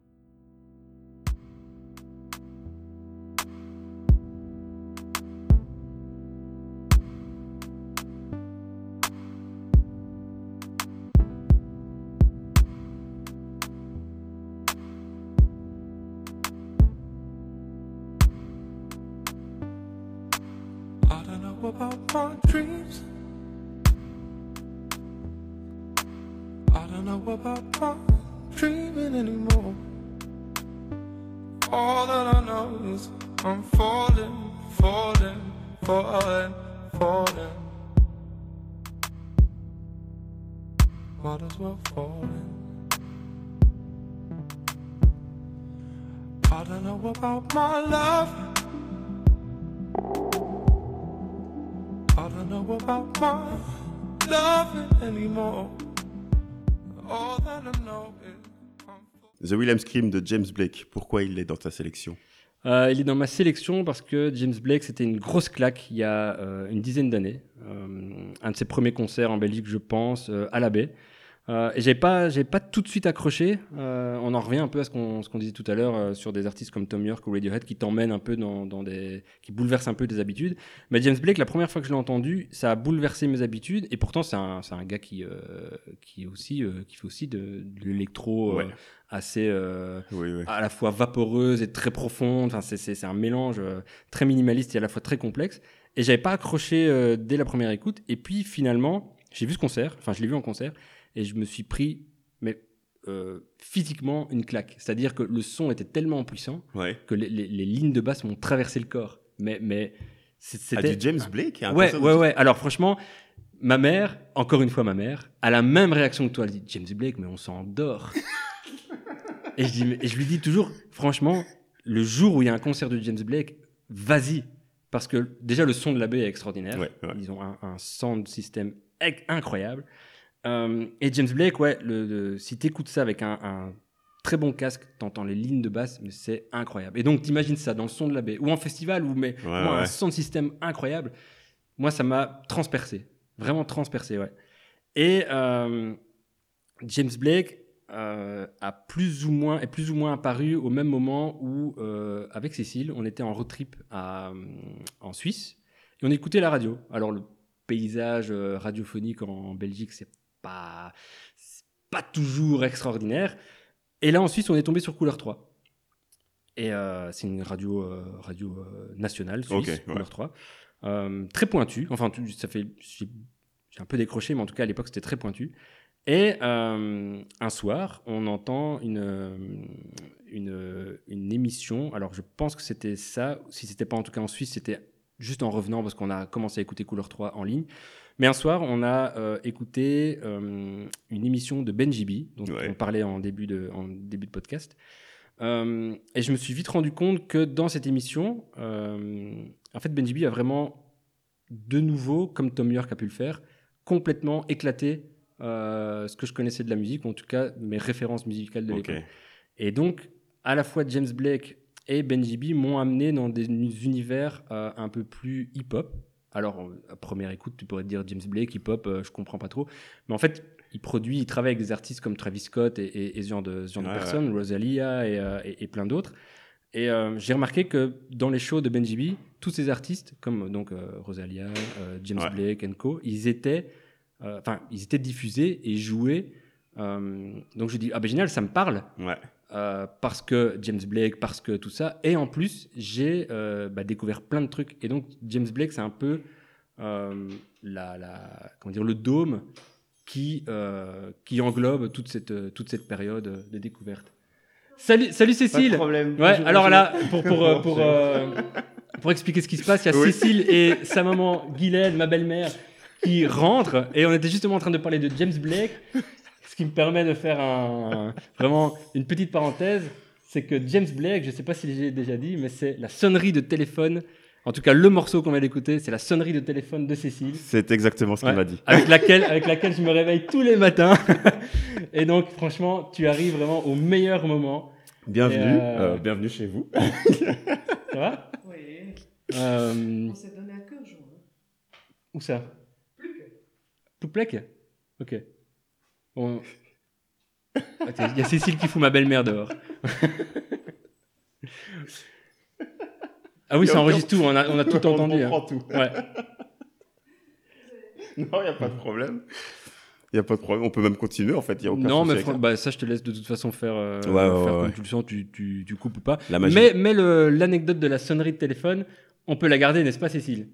Speaker 3: I don't know about my dreams. I don't know about my dreaming anymore. All that I know is I'm falling falling, falling, falling. Waters were falling. I don't know about my love. I don't know about my loving anymore. All that I know is
Speaker 2: The William Scream de James Blake, pourquoi il est dans ta sélection ?
Speaker 1: Euh, il est dans ma sélection parce que James Blake, c'était une grosse claque il y a euh, une dizaine d'années. Euh, un de ses premiers concerts en Belgique, je pense, euh, à la baie. Euh, et j'ai pas, j'ai pas tout de suite accroché. Euh, on en revient un peu à ce qu'on, ce qu'on disait tout à l'heure euh, sur des artistes comme Tom York ou Radiohead qui t'emmènent un peu dans, dans des, qui bouleversent un peu tes habitudes. Mais James Blake, la première fois que je l'ai entendu, ça a bouleversé mes habitudes. Et pourtant, c'est un, c'est un gars qui, euh, qui est aussi, euh, qui fait aussi de, de l'électro euh,
Speaker 2: Ouais.
Speaker 1: assez, euh,
Speaker 2: Oui, oui.
Speaker 1: à la fois vaporeuse et très profonde. Enfin, c'est, c'est, c'est un mélange euh, très minimaliste et à la fois très complexe. Et j'avais pas accroché euh, dès la première écoute. Et puis finalement, j'ai vu ce concert. Enfin, je l'ai vu en concert. Et je me suis pris, mais euh, physiquement, une claque. C'est-à-dire que le son était tellement puissant
Speaker 2: Ouais.
Speaker 1: que les, les, les lignes de basse m'ont traversé le corps. Mais, mais c'est-
Speaker 2: Ah,
Speaker 1: c'était...
Speaker 2: du James Blake un
Speaker 1: Ouais,
Speaker 2: concert de
Speaker 1: ouais,
Speaker 2: James-
Speaker 1: ouais. Alors franchement, ma mère, encore une fois ma mère, a la même réaction que toi. Elle dit, James Blake, mais on s'endort. et, je dis, mais- et je lui dis toujours, franchement, le jour où il y a un concert de James Blake, vas-y. Parce que déjà, le son de la baie est extraordinaire.
Speaker 2: Ouais, ouais.
Speaker 1: Ils ont un, un sound system ec- incroyable. Euh, et James Blake, ouais, le, le- si tu écoutes ça avec un, un très bon casque, t'entends les lignes de basse, mais c'est incroyable. Et donc, t'imagines ça dans le son de la baie, ou en festival, ou mais,
Speaker 2: Ouais,
Speaker 1: vraiment un
Speaker 2: ouais.
Speaker 1: sound system incroyable. Moi, ça m'a transpercé. Vraiment transpercé, ouais. Et euh, James Blake euh, a plus ou moins, est plus ou moins apparu au même moment où, euh, avec Cécile, on était en road trip à, euh, en Suisse, et on écoutait la radio. Alors, le paysage euh, radiophonique en Belgique, c'est pas, c'est pas toujours extraordinaire. Et là, en Suisse, on est tombé sur Couleur trois. Et euh, c'est une radio, euh, radio euh, nationale suisse,
Speaker 2: Ok, ouais.
Speaker 1: Couleur trois. Euh, très pointue. Enfin, tu- ça fait, j'ai, j'ai un peu décroché, mais en tout cas, à l'époque, c'était très pointu. Et euh, un soir, on entend une, euh, une, une émission. Alors, je pense que c'était ça. Si c'était pas en tout cas en Suisse, c'était juste en revenant parce qu'on a commencé à écouter Couleur trois en ligne. Mais un soir, on a euh, écouté euh, une émission de Benji B, dont
Speaker 2: Ouais.
Speaker 1: on parlait en début de, en début de podcast. Euh, et je me suis vite rendu compte que dans cette émission, euh, en fait, Benji B a vraiment, de nouveau, comme Tom York a pu le faire, complètement éclaté euh, ce que je connaissais de la musique, ou en tout cas mes références musicales de
Speaker 2: Ok.
Speaker 1: l'époque. Et donc, à la fois James Blake et Benji B m'ont amené dans des univers euh, un peu plus hip-hop. Alors, à première écoute, tu pourrais te dire James Blake, hip-hop, euh, je comprends pas trop. Mais en fait, il produit, il travaille avec des artistes comme Travis Scott et, et, et ce genre de, ce genre
Speaker 2: Ouais,
Speaker 1: de personnes, Rosalia et, euh, et, et plein d'autres. Et euh, j'ai remarqué que dans les shows de Benji B, tous ces artistes, comme donc euh, Rosalia, euh, James
Speaker 2: Ouais.
Speaker 1: Blake and co, ils étaient, euh, enfin, ils étaient diffusés et joués. Euh, donc je dis ah ben génial, ça me parle.
Speaker 2: Ouais.
Speaker 1: Euh, parce que James Blake, parce que tout ça. Et en plus, j'ai euh, bah, découvert plein de trucs. Et donc, James Blake, c'est un peu euh, la, la, comment dire, le dôme qui, euh, qui englobe toute cette, toute cette période de découverte. Salut, salut Cécile.
Speaker 2: problème.
Speaker 1: Ouais,
Speaker 2: Bonjour,
Speaker 1: alors
Speaker 2: bonjour.
Speaker 1: là, pour, pour, euh, pour, euh, pour expliquer ce qui se passe, il y a
Speaker 2: Oui.
Speaker 1: Cécile et sa maman Guylaine, ma belle-mère, qui rentrent. Et on était justement en train de parler de James Blake. Ce qui me permet de faire un, vraiment une petite parenthèse, c'est que James Blake, je ne sais pas si j'ai déjà dit, mais c'est la sonnerie de téléphone. En tout cas, le morceau qu'on va d'écouter, c'est la sonnerie de téléphone de Cécile.
Speaker 2: C'est exactement ce qu'il
Speaker 1: Ouais,
Speaker 2: m'a dit.
Speaker 1: Avec laquelle, avec laquelle je me réveille tous les matins. Et donc, franchement, tu arrives vraiment au meilleur moment.
Speaker 2: Bienvenue,
Speaker 1: Et, euh,
Speaker 2: euh, bienvenue chez vous.
Speaker 1: Ça va
Speaker 4: Oui,
Speaker 1: euh,
Speaker 4: on s'est donné à cœur jour. Hein.
Speaker 1: Où ça
Speaker 4: Plus que.
Speaker 1: Pouplec. Ok. Bon. Attends, il y a Cécile qui fout ma belle-mère dehors. Ah oui,
Speaker 2: Il y a
Speaker 1: ça
Speaker 2: aucun-
Speaker 1: enregistre tout, on a, on a tout
Speaker 2: On
Speaker 1: entendu.
Speaker 2: comprend
Speaker 1: hein.
Speaker 2: tout.
Speaker 1: Ouais.
Speaker 2: Non, il n'y a pas de problème. Il n'y a pas de problème. On peut même continuer, en fait. Il n'y a aucun
Speaker 1: Non,
Speaker 2: souci
Speaker 1: mais
Speaker 2: avec
Speaker 1: fran-
Speaker 2: ça.
Speaker 1: bah, ça, je te laisse de toute façon faire, euh,
Speaker 2: Ouais, ouais,
Speaker 1: faire
Speaker 2: ouais.
Speaker 1: comme tu le sens, tu, tu, tu coupes ou pas.
Speaker 2: La magie.
Speaker 1: Mais, mais le- l'anecdote de la sonnerie de téléphone, on peut la garder, n'est-ce pas, Cécile?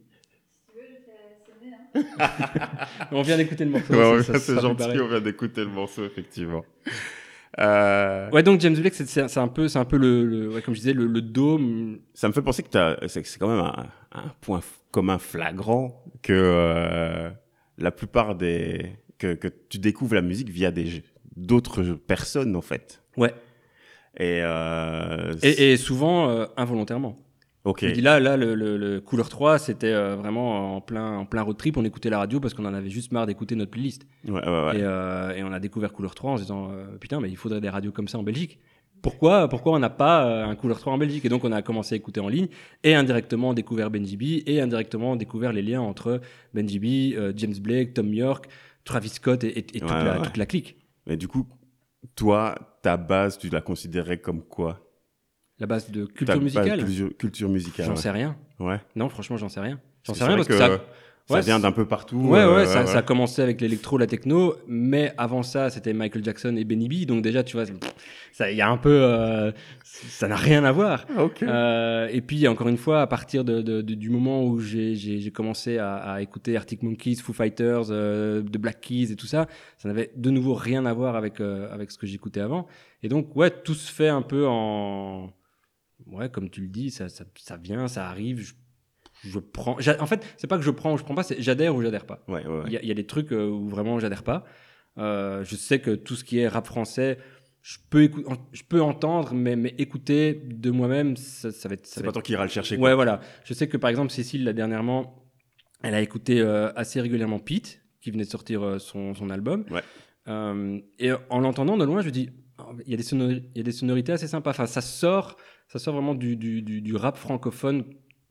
Speaker 1: On vient d'écouter le morceau.
Speaker 2: Ouais,
Speaker 1: ça-
Speaker 2: ouais,
Speaker 1: ça
Speaker 2: c'est
Speaker 1: sera plus
Speaker 2: gentil,
Speaker 1: pareil.
Speaker 2: on vient d'écouter le morceau, effectivement. Euh,
Speaker 1: Ouais, donc James Blake, c'est, c'est, c'est un peu, c'est un peu le, le ouais, comme je disais, le, le dôme.
Speaker 2: Ça me fait penser que t'as, c'est, c'est quand même un, un point f- commun flagrant que euh, la plupart des que, que tu découvres la musique via des d'autres personnes en fait.
Speaker 1: Ouais.
Speaker 2: Et, euh,
Speaker 1: Et, et souvent euh, involontairement.
Speaker 2: ok.
Speaker 1: Je me dis là, là, le, le, le Couleur trois, c'était euh, vraiment en plein, en plein road trip. On écoutait la radio parce qu'on en avait juste marre d'écouter notre playlist.
Speaker 2: Ouais, ouais, ouais.
Speaker 1: Et, euh, et on a découvert Couleur trois en se disant euh, putain, mais il faudrait des radios comme ça en Belgique. Pourquoi, pourquoi on n'a pas euh, un Couleur trois en Belgique? Et donc on a commencé à écouter en ligne et indirectement découvert Benji B et indirectement découvert les liens entre Benji B, euh, James Blake, Tom York, Travis Scott et, et, et toute,
Speaker 2: Ouais,
Speaker 1: la,
Speaker 2: ouais.
Speaker 1: toute la clique.
Speaker 2: Mais du coup, toi, ta base, tu la considérais comme quoi?
Speaker 1: La base de
Speaker 2: Ta
Speaker 1: culture
Speaker 2: base
Speaker 1: musicale.
Speaker 2: culture, culture musicale.
Speaker 1: J'en
Speaker 2: ouais.
Speaker 1: sais rien.
Speaker 2: Ouais.
Speaker 1: Non, franchement, j'en sais rien. J'en
Speaker 2: C'est
Speaker 1: sais rien
Speaker 2: vrai
Speaker 1: parce que,
Speaker 2: que
Speaker 1: ça.
Speaker 2: ça
Speaker 1: Ouais,
Speaker 2: vient
Speaker 1: c'est-
Speaker 2: d'un peu partout.
Speaker 1: Ouais,
Speaker 2: euh,
Speaker 1: ouais, ça,
Speaker 2: voilà.
Speaker 1: ça a commencé avec l'électro, la techno, mais avant ça, c'était Michael Jackson et Benny B. Donc déjà, tu vois, ça, il y a un peu, euh, ça n'a rien à voir.
Speaker 2: Ah, ok.
Speaker 1: Euh, et puis encore une fois, à partir de, de- de- du moment où j'ai, j'ai, j'ai commencé à, à écouter Arctic Monkeys, Foo Fighters, euh, The Black Keys et tout ça, ça n'avait de nouveau rien à voir avec euh, avec ce que j'écoutais avant. Et donc ouais, tout se fait un peu en, ouais, comme tu le dis, ça, ça, ça vient, ça arrive. Je, je prends. j'a- En fait, c'est pas que je prends ou je prends pas, c'est j'adhère ou j'adhère pas.
Speaker 2: Ouais, ouais, ouais.
Speaker 1: Il y, a- il y a des trucs euh, où vraiment j'adhère pas. Euh, je sais que tout ce qui est rap français, je peux, écou- en- je peux entendre, mais, mais écouter de moi-même, ça, ça va être. Ça
Speaker 2: C'est
Speaker 1: va
Speaker 2: pas
Speaker 1: être-
Speaker 2: toi qui iras le chercher.
Speaker 1: Ouais, voilà. Je sais que par exemple, Cécile, là, dernièrement, elle a écouté euh, assez régulièrement Pete, qui venait de sortir euh, son, son album.
Speaker 2: Ouais.
Speaker 1: Euh, et en l'entendant de loin, je me dis, oh, il y a des sonori- il y a des sonorités assez sympas. Enfin, ça sort, ça sort vraiment du, du, du, du rap francophone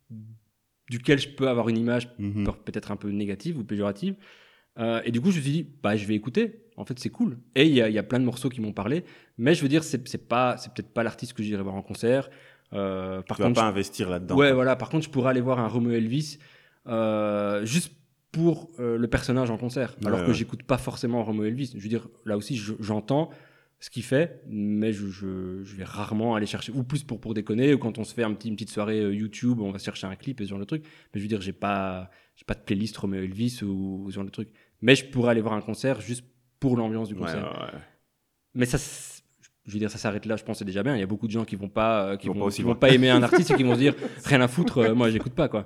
Speaker 1: duquel je peux avoir une image
Speaker 2: Mhm.
Speaker 1: pe- peut-être un peu négative ou péjorative. Euh, et du coup, je me suis dit, bah, je vais écouter. En fait, c'est cool. Et il y a, il y a plein de morceaux qui m'ont parlé. Mais je veux dire, c'est, c'est pas, c'est peut-être pas l'artiste que j'irai voir en concert. Euh, par
Speaker 2: Tu vas
Speaker 1: contre,
Speaker 2: pas
Speaker 1: je-
Speaker 2: investir là-dedans.
Speaker 1: ouais,
Speaker 2: quoi.
Speaker 1: voilà. Par contre, je pourrais aller voir un Romeo Elvis euh, juste pour euh, le personnage en concert. Alors
Speaker 2: Ouais,
Speaker 1: que
Speaker 2: ouais.
Speaker 1: j'écoute pas forcément Romeo Elvis. Je veux dire, là aussi, je- j'entends ce qu'il fait, mais je, je, je vais rarement aller chercher, ou plus pour, pour déconner, ou quand on se fait un petit, une petite soirée euh, YouTube, on va chercher un clip et ce genre de truc. Mais je veux dire, j'ai pas, j'ai pas de playlist Romeo Elvis ou, ou ce genre de truc. Mais je pourrais aller voir un concert juste pour l'ambiance du
Speaker 2: Ouais,
Speaker 1: concert.
Speaker 2: ouais, ouais.
Speaker 1: Mais ça, c'est- je veux dire, ça s'arrête là. Je pense que c'est déjà bien. Il y a beaucoup de gens qui vont pas, euh, qui
Speaker 2: Ils vont
Speaker 1: vont,
Speaker 2: pas aussi
Speaker 1: qui vont
Speaker 2: loin.
Speaker 1: pas aimer un artiste et qui vont se dire rien à foutre. euh, moi, j'écoute pas quoi.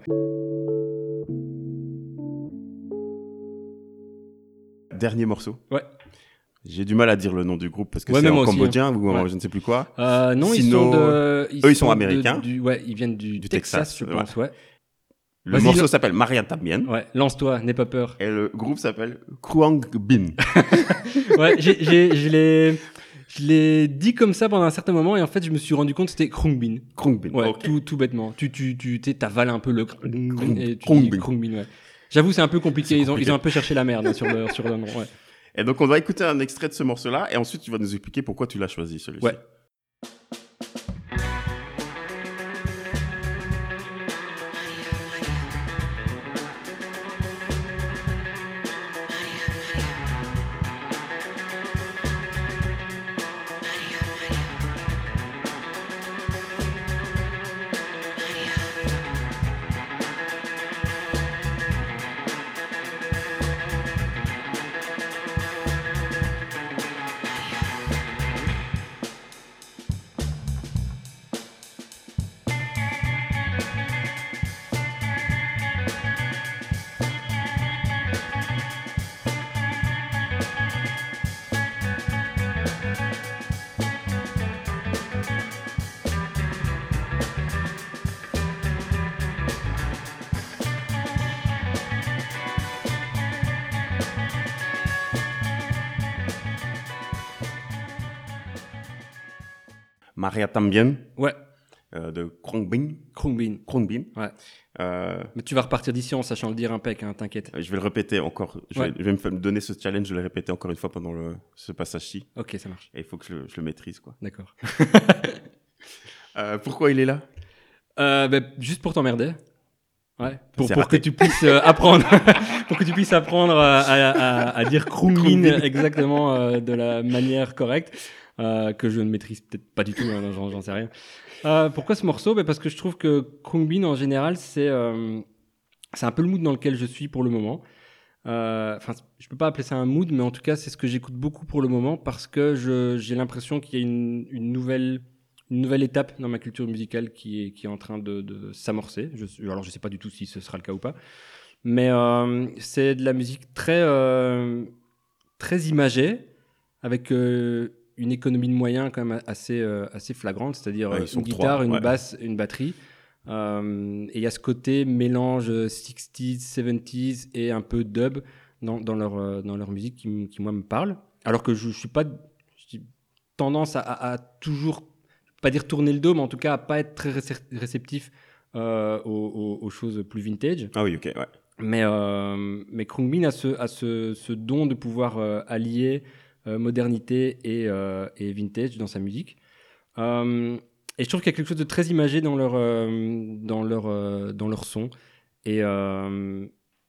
Speaker 2: Dernier morceau.
Speaker 1: Ouais.
Speaker 2: J'ai du mal à dire le nom du groupe parce que
Speaker 1: Ouais,
Speaker 2: c'est
Speaker 1: mais
Speaker 2: en
Speaker 1: moi aussi,
Speaker 2: cambodgien ou en
Speaker 1: Ouais.
Speaker 2: je ne sais plus quoi.
Speaker 1: Euh, non, ils
Speaker 2: Sino-
Speaker 1: sont de,
Speaker 2: eux, ils sont
Speaker 1: de-
Speaker 2: américains.
Speaker 1: du, ouais, ils viennent du,
Speaker 2: Du
Speaker 1: Texas,
Speaker 2: Texas,
Speaker 1: je pense. Ouais.
Speaker 2: Le
Speaker 1: Vas-y,
Speaker 2: morceau
Speaker 1: le-
Speaker 2: s'appelle Maria Tambien
Speaker 1: Ouais. Lance-toi, n'aie pas peur.
Speaker 2: et le groupe s'appelle Kruang Bin.
Speaker 1: Ouais. J'ai, j'ai, je l'ai, je l'ai dit comme ça pendant un certain moment et en fait, je me suis rendu compte que c'était Krungbin.
Speaker 2: Krung Bin.
Speaker 1: Ouais.
Speaker 2: Ok.
Speaker 1: Tout, tout bêtement. Tu, tu, tu, tu sais, t'avales un peu le
Speaker 2: Krung-
Speaker 1: et tu
Speaker 2: Krungbin.
Speaker 1: dis Krungbin, ouais. J'avoue, c'est un peu compliqué.
Speaker 2: C'est
Speaker 1: Ils ont,
Speaker 2: compliqué.
Speaker 1: ils ont un peu cherché la merde hein, sur le, sur le nom. Ouais.
Speaker 2: Et donc on va écouter un extrait de ce morceau-là et ensuite tu vas nous expliquer pourquoi tu l'as choisi celui-ci.
Speaker 1: Ouais.
Speaker 2: Maria Tambien
Speaker 1: Ouais.
Speaker 2: euh, de Krung Bin.
Speaker 1: Krungbin.
Speaker 2: Krung Bin.
Speaker 1: Ouais.
Speaker 2: Euh,
Speaker 1: Mais tu vas repartir d'ici en sachant le dire impec, hein, t'inquiète.
Speaker 2: je vais le répéter encore. Je,
Speaker 1: Ouais.
Speaker 2: vais, je vais me fa- me donner ce challenge de le répéter encore une fois pendant le, ce passage-ci.
Speaker 1: Ok, ça marche.
Speaker 2: Et il faut que je, le- je le maîtrise, quoi.
Speaker 1: D'accord.
Speaker 2: Euh, pourquoi il est là?
Speaker 1: Euh, bah, juste pour t'emmerder. Ouais. Pour,
Speaker 2: C'est
Speaker 1: pour que
Speaker 2: raté.
Speaker 1: tu puisses euh, apprendre, pour que tu puisses apprendre à, à, à, à dire Krungbin exactement euh, de la manière correcte, euh, que je ne maîtrise peut-être pas du tout, hein, j'en, j'en sais rien. Euh, pourquoi ce morceau? Bah, parce que je trouve que Krungbin en général, c'est euh, c'est un peu le mood dans lequel je suis pour le moment. Euh, Enfin, je peux pas appeler ça un mood, mais en tout cas, c'est ce que j'écoute beaucoup pour le moment parce que je, j'ai l'impression qu'il y a une, une nouvelle, une nouvelle étape dans ma culture musicale qui est, qui est en train de, de s'amorcer. Je, alors, je sais pas du tout si ce sera le cas ou pas, mais euh, c'est de la musique très, euh, très imagée, avec euh, une économie de moyens quand même assez, euh, assez flagrante, c'est-à-dire
Speaker 2: Ouais,
Speaker 1: euh,
Speaker 2: ils sont
Speaker 1: une guitare,
Speaker 2: trois,
Speaker 1: une
Speaker 2: ouais.
Speaker 1: basse, une batterie. Euh, et il y a ce côté mélange sixties, seventies et un peu dub dans, dans, leur, euh, dans leur musique qui, m- qui, moi, me parle. Alors que je ne suis pas... J'ai tendance à, à, à toujours, pas dire tourner le dos, mais en tout cas à pas être très récep- réceptif euh, aux, aux, aux choses plus vintage.
Speaker 2: Ah oui, ok, ouais.
Speaker 1: Mais, euh, mais Khruangbin a ce, a ce, ce don de pouvoir euh, allier euh, modernité et, euh, et vintage dans sa musique. Euh, et je trouve qu'il y a quelque chose de très imagé dans leur, euh, dans leur, euh, dans leur son. Et euh,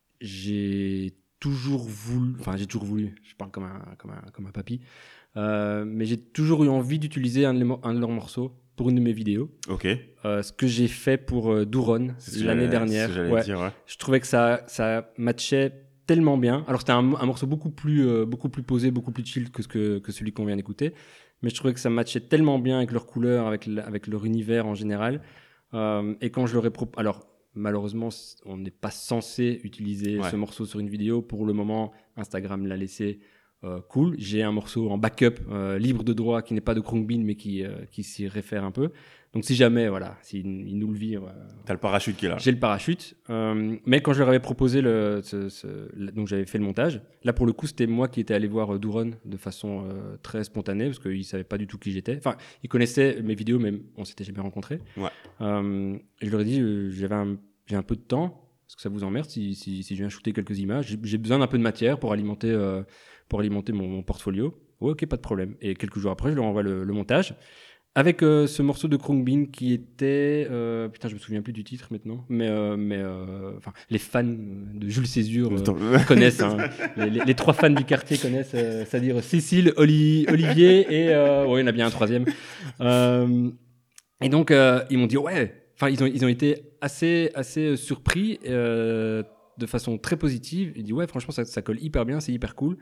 Speaker 1: j'ai toujours voulu, enfin j'ai toujours voulu, je parle comme un, comme un, comme un papy, euh, mais j'ai toujours eu envie d'utiliser un, de les- un de leurs morceaux pour une de mes vidéos.
Speaker 2: Ok.
Speaker 1: Euh, ce que j'ai fait pour euh, Douron
Speaker 2: C'est ce que
Speaker 1: l'année
Speaker 2: j'allais-
Speaker 1: dernière.
Speaker 2: c'est ce que j'allais
Speaker 1: Ouais.
Speaker 2: dire, ouais.
Speaker 1: Je trouvais que ça, ça matchait tellement bien. Alors c'était un, un morceau beaucoup plus, euh, beaucoup plus posé, beaucoup plus chill que, ce que, que celui qu'on vient d'écouter. Mais je trouvais que ça matchait tellement bien avec leurs couleurs, avec, l- avec leur univers en général. Euh, et quand je leur ai proposé... Alors malheureusement, c- on n'est pas censé utiliser
Speaker 2: Ouais.
Speaker 1: ce morceau sur une vidéo. Pour le moment, Instagram l'a laissé. Euh, cool. J'ai un morceau en backup euh, libre de droit qui n'est pas de Khruangbin mais qui, euh, qui s'y réfère un peu. Donc si jamais, voilà, s'ils ils nous le virent, euh,
Speaker 2: T'as le parachute qui est là.
Speaker 1: j'ai le parachute. Euh, mais quand je leur avais proposé, le, ce, ce, le- donc j'avais fait le montage. Là pour le coup, c'était moi qui étais allé voir euh, Douron de façon euh, très spontanée parce qu'ils savaient pas du tout qui j'étais. Enfin, ils connaissaient mes vidéos, mais on s'était jamais rencontrés.
Speaker 2: Ouais.
Speaker 1: Euh, et je leur ai dit, euh, j'avais un, j'ai un peu de temps. Est-ce que ça vous emmerde si, si, si je viens shooter quelques images? J'ai, j'ai besoin d'un peu de matière pour alimenter, euh, pour alimenter mon, mon portfolio. Ouais, ok, pas de problème. Et quelques jours après, je leur envoie le, le montage. Avec euh, ce morceau de Khruangbin qui était... euh, putain, je me souviens plus du titre maintenant. Mais, euh, mais euh, enfin, les fans de Jules Césure euh,
Speaker 2: Attends.
Speaker 1: connaissent. Hein. les, les, les trois fans du quartier connaissent. Euh, c'est-à-dire Cécile, Oli, Olivier et... Euh, ouais, il y en a bien un troisième. Euh, et donc, euh, ils m'ont dit, ouais... Enfin, ils ont, ils ont été assez, assez surpris euh, de façon très positive. Ils disent, ouais, franchement, ça, ça colle hyper bien, c'est hyper cool.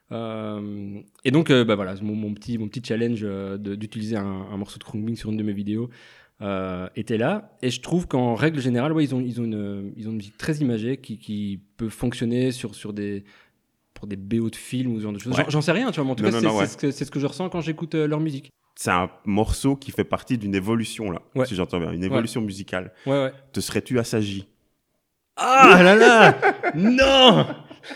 Speaker 1: Euh, et donc, euh, bah voilà, mon, mon petit, mon petit challenge euh, de, d'utiliser un, un morceau de Khruangbin sur une de mes vidéos euh, était là. Et je trouve qu'en règle générale, ouais, ils ont, ils ont une, ils ont une musique très imagée qui, qui peut fonctionner sur, sur des, pour des B O de films ou ce genre de choses.
Speaker 2: Ouais.
Speaker 1: J'en, j'en sais rien, tu vois, mais en tout
Speaker 2: Non,
Speaker 1: cas,
Speaker 2: non,
Speaker 1: c'est,
Speaker 2: non,
Speaker 1: c'est
Speaker 2: ouais.
Speaker 1: ce que, c'est ce que je ressens quand j'écoute euh, leur musique.
Speaker 2: C'est un morceau qui fait partie d'une évolution, là,
Speaker 1: Ouais.
Speaker 2: si j'entends bien. Une évolution musicale.
Speaker 1: Ouais, ouais.
Speaker 2: Te serais-tu assagi?
Speaker 1: Ah là là Non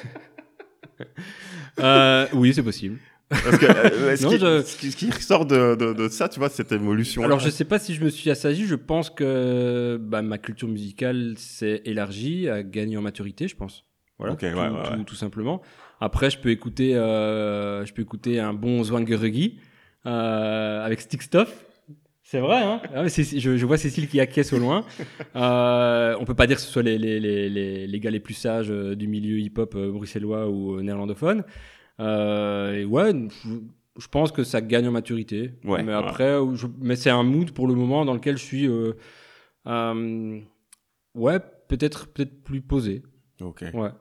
Speaker 1: euh, Oui, c'est possible.
Speaker 2: Parce que euh, ce,
Speaker 1: Non,
Speaker 2: qui,
Speaker 1: je-
Speaker 2: ce qui- ce qui ressort de, de, de ça, tu vois, cette évolution.
Speaker 1: Alors, je sais pas si je me suis assagi. Je pense que bah, ma culture musicale s'est élargie, a gagné en maturité, je pense. Voilà,
Speaker 2: Ok,
Speaker 1: tout,
Speaker 2: ouais, ouais,
Speaker 1: tout,
Speaker 2: ouais.
Speaker 1: tout simplement. Après, je peux écouter, euh, je peux écouter un bon Zwangeregi euh, avec Stickstuff. C'est vrai, hein ah, mais c'est- je, je vois Cécile qui acquiesce au loin. Euh, on peut pas dire que ce soit les, les, les, les, les gars les plus sages euh, du milieu hip-hop euh, bruxellois ou euh, néerlandophone. Euh, et ouais, je, je pense que ça gagne en maturité.
Speaker 2: Ouais,
Speaker 1: mais
Speaker 2: ouais.
Speaker 1: après, je- mais c'est un mood pour le moment dans lequel je suis, euh, euh, ouais, peut-être peut-être plus posé.
Speaker 2: Ok.
Speaker 1: Ouais.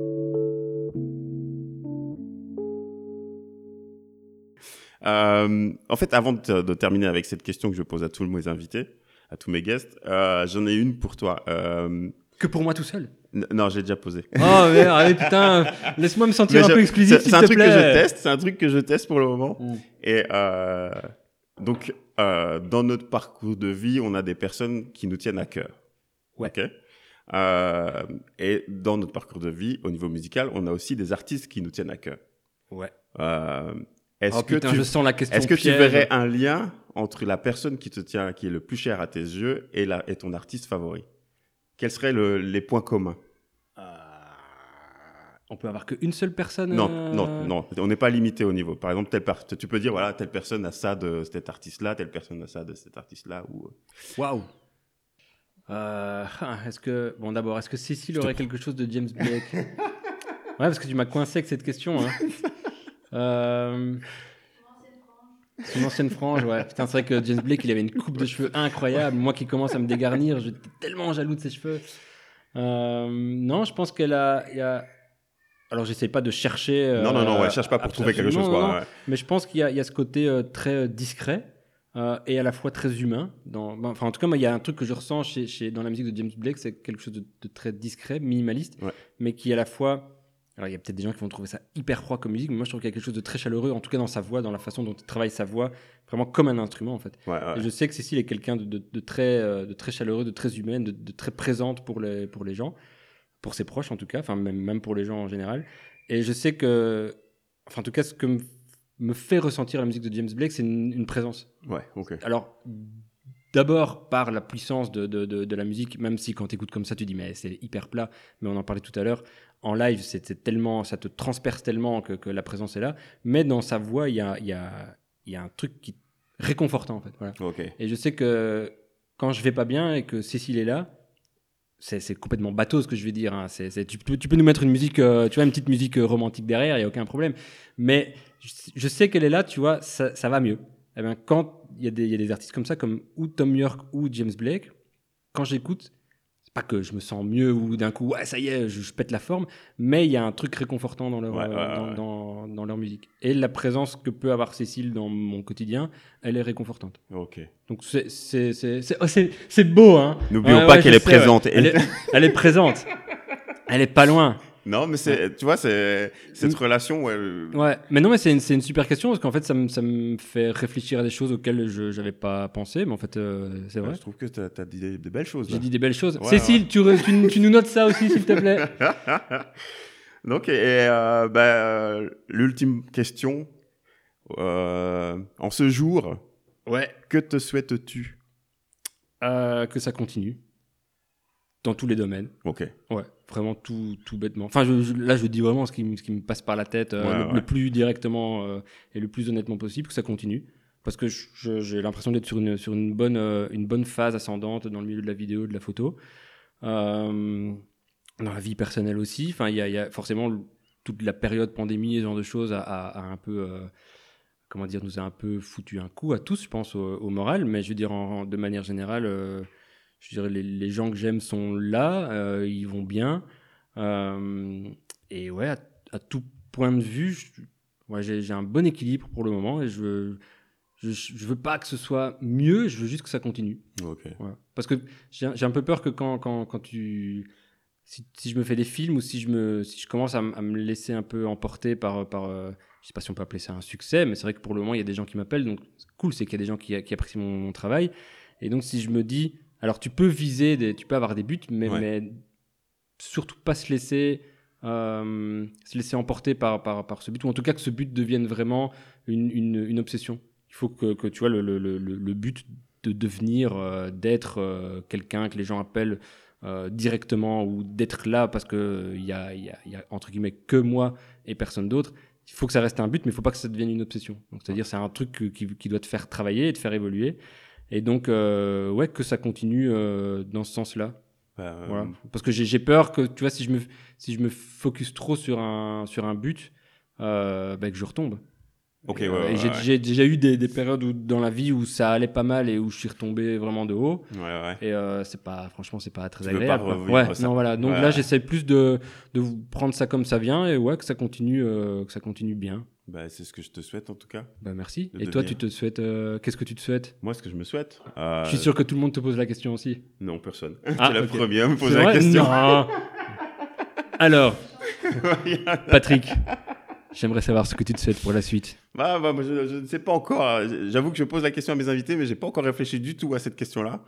Speaker 2: Euh, en fait, avant de, te- de terminer avec cette question que je pose à tous mes invités, à tous mes guests, euh, j'en ai une pour toi. Euh,
Speaker 1: Que pour moi tout seul.
Speaker 2: n- non, j'ai déjà posé.
Speaker 1: Oh merde, allez, putain, laisse-moi me sentir
Speaker 2: Mais
Speaker 1: un
Speaker 2: je-
Speaker 1: peu exclusif,
Speaker 2: c'est
Speaker 1: s'il
Speaker 2: c'est un
Speaker 1: te
Speaker 2: truc
Speaker 1: plaît.
Speaker 2: que je teste. C'est un truc que je teste pour le moment.
Speaker 1: Mm.
Speaker 2: Et euh, donc, euh, dans notre parcours de vie, on a des personnes qui nous tiennent à cœur.
Speaker 1: Ouais.
Speaker 2: Ok. Euh, et dans notre parcours de vie, au niveau musical, on a aussi des artistes qui nous tiennent à cœur.
Speaker 1: Ouais.
Speaker 2: Euh, est-ce
Speaker 1: Oh
Speaker 2: que
Speaker 1: putain,
Speaker 2: tu
Speaker 1: je sens la question
Speaker 2: Est-ce que tu
Speaker 1: piège.
Speaker 2: verrais un lien entre la personne qui te tient, qui est le plus cher à tes yeux, et, la, et ton artiste favori? Quels seraient le- les points communs?
Speaker 1: Euh, On peut avoir qu'une seule personne.
Speaker 2: Non,
Speaker 1: euh,
Speaker 2: non, non. On n'est pas limité au niveau. Par exemple, telle per- tu peux dire, voilà, telle personne a ça de cet artiste-là, telle personne a ça de cet artiste-là. Ou...
Speaker 1: Waouh. Euh, ah, est-ce que bon d'abord, est-ce que Cécile aurait quelque chose de James Blake? Ouais, parce que tu m'as coincé avec cette question. Hein. Euh... Son ancienne frange, ouais. Putain, c'est vrai que James Blake, il avait une coupe de cheveux incroyable. Moi qui commence à me dégarnir, j'étais tellement jaloux de ses cheveux. Euh, non, je pense qu'elle a, il y a, Alors, j'essaie pas de chercher. Euh,
Speaker 2: non, non, non, ouais, cherche pas pour trouver quelque chose.
Speaker 1: Non,
Speaker 2: Quoi,
Speaker 1: non,
Speaker 2: ouais.
Speaker 1: Mais je pense qu'il y a, il y a ce côté euh, très discret euh, et à la fois très humain. Dans, ben, enfin, en tout cas, moi, il y a un truc que je ressens chez, chez, dans la musique de James Blake, c'est quelque chose de, de très discret, minimaliste,
Speaker 2: ouais.
Speaker 1: mais qui à la fois. Alors, il y a peut-être des gens qui vont trouver ça hyper froid comme musique, mais moi, je trouve qu'il y a quelque chose de très chaleureux, en tout cas dans sa voix, dans la façon dont il travaille sa voix, vraiment comme un instrument, en fait.
Speaker 2: Ouais, ouais.
Speaker 1: Et je sais que Cécile est quelqu'un de, de, de, très, euh, de très chaleureux, de très humaine, de, de très présente pour les, pour les gens, pour ses proches, en tout cas, enfin, même, même pour les gens en général. Et je sais que, enfin, en tout cas, ce que me, me fait ressentir la musique de James Blake, c'est une, une présence.
Speaker 2: Ouais, ok.
Speaker 1: Alors, d'abord par la puissance de, de, de, de la musique, même si quand tu écoutes comme ça, tu dis, mais c'est hyper plat, mais on en parlait tout à l'heure. En live, c'est, c'est tellement, ça te transperce tellement que, que la présence est là. Mais dans sa voix, il y a, y, a, y a un truc qui est réconfortant, en fait. Voilà.
Speaker 2: Ok.
Speaker 1: Et je sais que quand je vais pas bien et que Cécile est là, c'est, c'est complètement bateau ce que je vais dire. Hein. C'est, c'est, tu, peux, tu peux nous mettre une musique, euh, tu vois, une petite musique euh, romantique derrière, il n'y a aucun problème. Mais je, je sais qu'elle est là, tu vois, ça, ça va mieux. Eh bien, quand il y, y a des artistes comme ça, comme ou Tom York ou James Blake, quand j'écoute, c'est pas que je me sens mieux ou d'un coup, ouais, ça y est, je, je pète la forme, mais il y a un truc réconfortant dans leur,
Speaker 2: ouais, ouais,
Speaker 1: euh, dans,
Speaker 2: ouais.
Speaker 1: Dans, dans leur musique. Et la présence que peut avoir Cécile dans mon quotidien, elle est réconfortante.
Speaker 2: Ok.
Speaker 1: Donc c'est, c'est, c'est, c'est, oh, c'est, c'est beau, hein.
Speaker 2: N'oublions
Speaker 1: ouais,
Speaker 2: pas
Speaker 1: ouais,
Speaker 2: qu'elle
Speaker 1: je
Speaker 2: est
Speaker 1: sais,
Speaker 2: présente.
Speaker 1: Ouais. Elle, est, elle est présente. Elle est pas loin.
Speaker 2: Non, mais c'est, tu vois, c'est cette relation. Ouais,
Speaker 1: ouais, mais non, mais c'est une, c'est une super question parce qu'en fait, ça me, ça me fait réfléchir à des choses auxquelles je n'avais pas pensé, mais en fait, euh, c'est vrai.
Speaker 2: Ouais, je trouve que tu as dit des, des belles choses. Là.
Speaker 1: J'ai dit des belles choses.
Speaker 2: Ouais,
Speaker 1: Cécile,
Speaker 2: ouais.
Speaker 1: Tu, re, tu, tu nous notes ça aussi, s'il te plaît.
Speaker 2: Donc, et euh, bah, euh, l'ultime question. Euh, en ce jour,
Speaker 1: ouais.
Speaker 2: que te souhaites-tu ?
Speaker 1: euh, Que ça continue. Dans tous les domaines.
Speaker 2: Ok.
Speaker 1: Ouais, vraiment tout, tout bêtement. Enfin, je, je, là, je dis vraiment ce qui, me, ce qui me passe par la tête euh,
Speaker 2: ouais,
Speaker 1: le,
Speaker 2: ouais.
Speaker 1: le plus directement euh, et le plus honnêtement possible, que ça continue. Parce que je, je, j'ai l'impression d'être sur, une, sur une, bonne, euh, une bonne phase ascendante dans le milieu de la vidéo, de la photo. Euh, dans la vie personnelle aussi. Enfin, il y a, y a forcément toute la période pandémie et ce genre de choses a, a, a un peu... Euh, comment dire, nous a un peu foutu un coup à tous, je pense, au, au moral. Mais je veux dire, en, de manière générale... Euh, je dirais les, les gens que j'aime sont là, euh, ils vont bien. Euh, et ouais, à, à tout point de vue, je, ouais, j'ai, j'ai un bon équilibre pour le moment et je veux, je, je veux pas que ce soit mieux, je veux juste que ça continue.
Speaker 2: Okay.
Speaker 1: Voilà. Parce que j'ai, j'ai un peu peur que quand, quand, quand tu... Si, si je me fais des films ou si je, me, si je commence à, m- à me laisser un peu emporter par... par euh, je sais pas si on peut appeler ça un succès, mais c'est vrai que pour le moment, il y a des gens qui m'appellent. Donc, c'est cool, c'est qu'il y a des gens qui, qui apprécient mon, mon travail. Et donc, si je me dis... Alors, tu peux viser, des, tu peux avoir des buts, mais,
Speaker 2: ouais.
Speaker 1: mais surtout pas se laisser, euh, se laisser emporter par, par, par ce but, ou en tout cas que ce but devienne vraiment une, une, une obsession. Il faut que, que tu vois le, le, le, le but de devenir, euh, d'être euh, quelqu'un que les gens appellent euh, directement, ou d'être là parce qu'il euh, y, a, y, a, y a, entre guillemets, que moi et personne d'autre. Il faut que ça reste un but, mais il ne faut pas que ça devienne une obsession. Donc, c'est-à-dire c'est un truc qui, qui doit te faire travailler et te faire évoluer. Et donc, euh, ouais, que ça continue euh, dans ce sens-là. Euh... Voilà. Parce que j'ai, j'ai peur que, tu vois, si je me, si je me focus trop sur un, sur un but, euh, bah, que je retombe.
Speaker 2: Ok,
Speaker 1: et,
Speaker 2: ouais,
Speaker 1: euh,
Speaker 2: ouais,
Speaker 1: et j'ai,
Speaker 2: ouais.
Speaker 1: j'ai déjà eu des, des périodes où, dans la vie où ça allait pas mal et où je suis retombé vraiment de haut.
Speaker 2: Ouais, ouais.
Speaker 1: Et euh, c'est pas, franchement, c'est pas très
Speaker 2: tu
Speaker 1: agréable.
Speaker 2: Veux pas
Speaker 1: ouais,
Speaker 2: ça.
Speaker 1: non, voilà. Donc
Speaker 2: ouais.
Speaker 1: là, j'essaie plus de, de prendre ça comme ça vient et ouais, que ça continue, euh, que ça continue bien.
Speaker 2: Bah, c'est ce que je te souhaite en tout cas.
Speaker 1: Bah, merci. Et
Speaker 2: devenir...
Speaker 1: toi, tu te souhaites, euh, qu'est-ce que tu te souhaites ?
Speaker 2: Moi, ce que je me souhaite. Euh...
Speaker 1: Je suis sûr que tout le monde te pose la question aussi.
Speaker 2: Non, personne.
Speaker 1: Ah,
Speaker 2: tu es la
Speaker 1: okay.
Speaker 2: première à me poser la question.
Speaker 1: Non. Alors, Patrick, j'aimerais savoir ce que tu te souhaites pour la suite.
Speaker 2: Bah, bah, je, je ne sais pas encore. J'avoue que je pose la question à mes invités, mais je n'ai pas encore réfléchi du tout à cette question-là.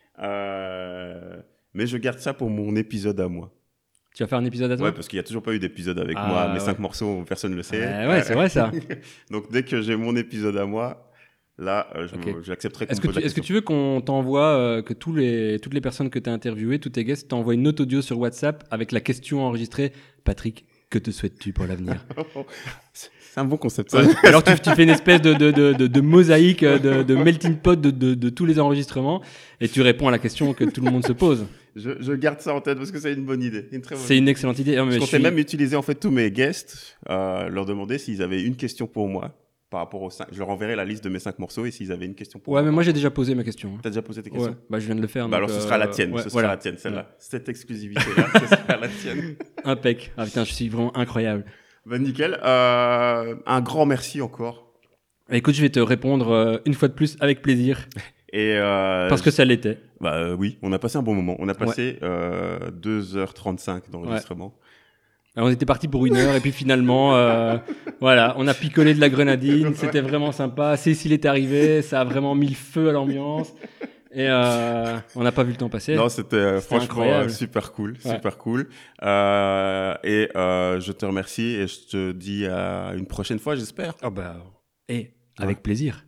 Speaker 2: Euh... Mais je garde ça pour mon épisode à moi.
Speaker 1: Tu vas faire un épisode à toi ?
Speaker 2: Ouais, parce qu'il n'y a toujours pas eu d'épisode avec
Speaker 1: ah,
Speaker 2: moi. Mes
Speaker 1: ouais.
Speaker 2: cinq morceaux, personne ne le sait.
Speaker 1: Euh, ouais, c'est vrai ça.
Speaker 2: Donc, dès que j'ai mon épisode à moi, là, euh, je
Speaker 1: okay.
Speaker 2: me, j'accepterai qu'on
Speaker 1: est-ce
Speaker 2: me
Speaker 1: que
Speaker 2: pose
Speaker 1: tu,
Speaker 2: la
Speaker 1: Est-ce que
Speaker 2: question.
Speaker 1: tu veux qu'on t'envoie, euh, que tous les, toutes les personnes que tu as interviewées, tous tes guests, t'envoient une note audio sur WhatsApp avec la question enregistrée ? Patrick, que te souhaites-tu pour l'avenir ?
Speaker 2: C'est un bon concept, ça.
Speaker 1: Ouais. Alors, tu, tu fais une espèce de, de, de, de, de mosaïque, de, de melting pot de, de, de tous les enregistrements et tu réponds à la question que tout le monde se pose.
Speaker 2: Je, je garde ça en tête parce que c'est une bonne idée. Une très bonne
Speaker 1: c'est
Speaker 2: idée.
Speaker 1: une excellente idée. Non, mais
Speaker 2: je
Speaker 1: je
Speaker 2: comptais
Speaker 1: suis...
Speaker 2: même utiliser en fait tous mes guests, euh, leur demander s'ils avaient une question pour moi. par rapport aux cinq. Je leur enverrai la liste de mes cinq morceaux et s'ils avaient une question pour
Speaker 1: Ouais,
Speaker 2: moi.
Speaker 1: mais moi j'ai déjà posé ma question.
Speaker 2: T'as déjà posé tes questions?
Speaker 1: Ouais, bah je viens de le faire.
Speaker 2: Bah
Speaker 1: donc,
Speaker 2: alors ce
Speaker 1: euh,
Speaker 2: sera la tienne,
Speaker 1: ouais,
Speaker 2: ce
Speaker 1: voilà.
Speaker 2: sera la tienne celle-là. Ouais. Cette exclusivité-là, ce sera la tienne.
Speaker 1: Impec. Ah putain, je suis vraiment incroyable.
Speaker 2: Bah nickel. Euh, un grand merci encore.
Speaker 1: Écoute, je vais te répondre euh, une fois de plus avec plaisir.
Speaker 2: Et euh,
Speaker 1: Parce que ça l'était.
Speaker 2: Bah euh, oui, on a passé un bon moment. On a passé ouais. euh, deux heures trente-cinq d'enregistrement. Ouais.
Speaker 1: Alors, on était parti pour une heure et puis finalement, euh, voilà, on a picolé de la grenadine. C'était vraiment sympa. Cécile est arrivée, ça a vraiment mis le feu à l'ambiance. Et euh, on n'a pas vu le temps passer.
Speaker 2: Non, c'était, euh,
Speaker 1: c'était
Speaker 2: franchement
Speaker 1: incroyable.
Speaker 2: Euh, super cool,
Speaker 1: ouais.
Speaker 2: super cool. Euh, et euh, je te remercie et je te dis à une prochaine fois, j'espère.
Speaker 1: Ah bah, et avec ouais. plaisir.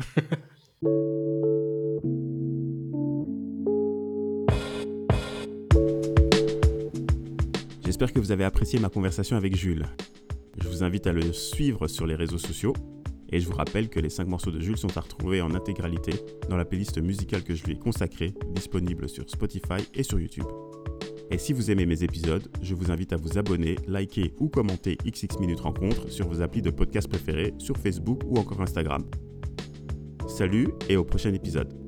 Speaker 2: J'espère que vous avez apprécié ma conversation avec Jules. Je vous invite à le suivre sur les réseaux sociaux et je vous rappelle que les cinq morceaux de Jules sont à retrouver en intégralité dans la playlist musicale que je lui ai consacrée, disponible sur Spotify et sur YouTube. Et si vous aimez mes épisodes, je vous invite à vous abonner, liker ou commenter X X Minutes Rencontre sur vos applis de podcast préférés, sur Facebook ou encore Instagram. Salut et au prochain épisode.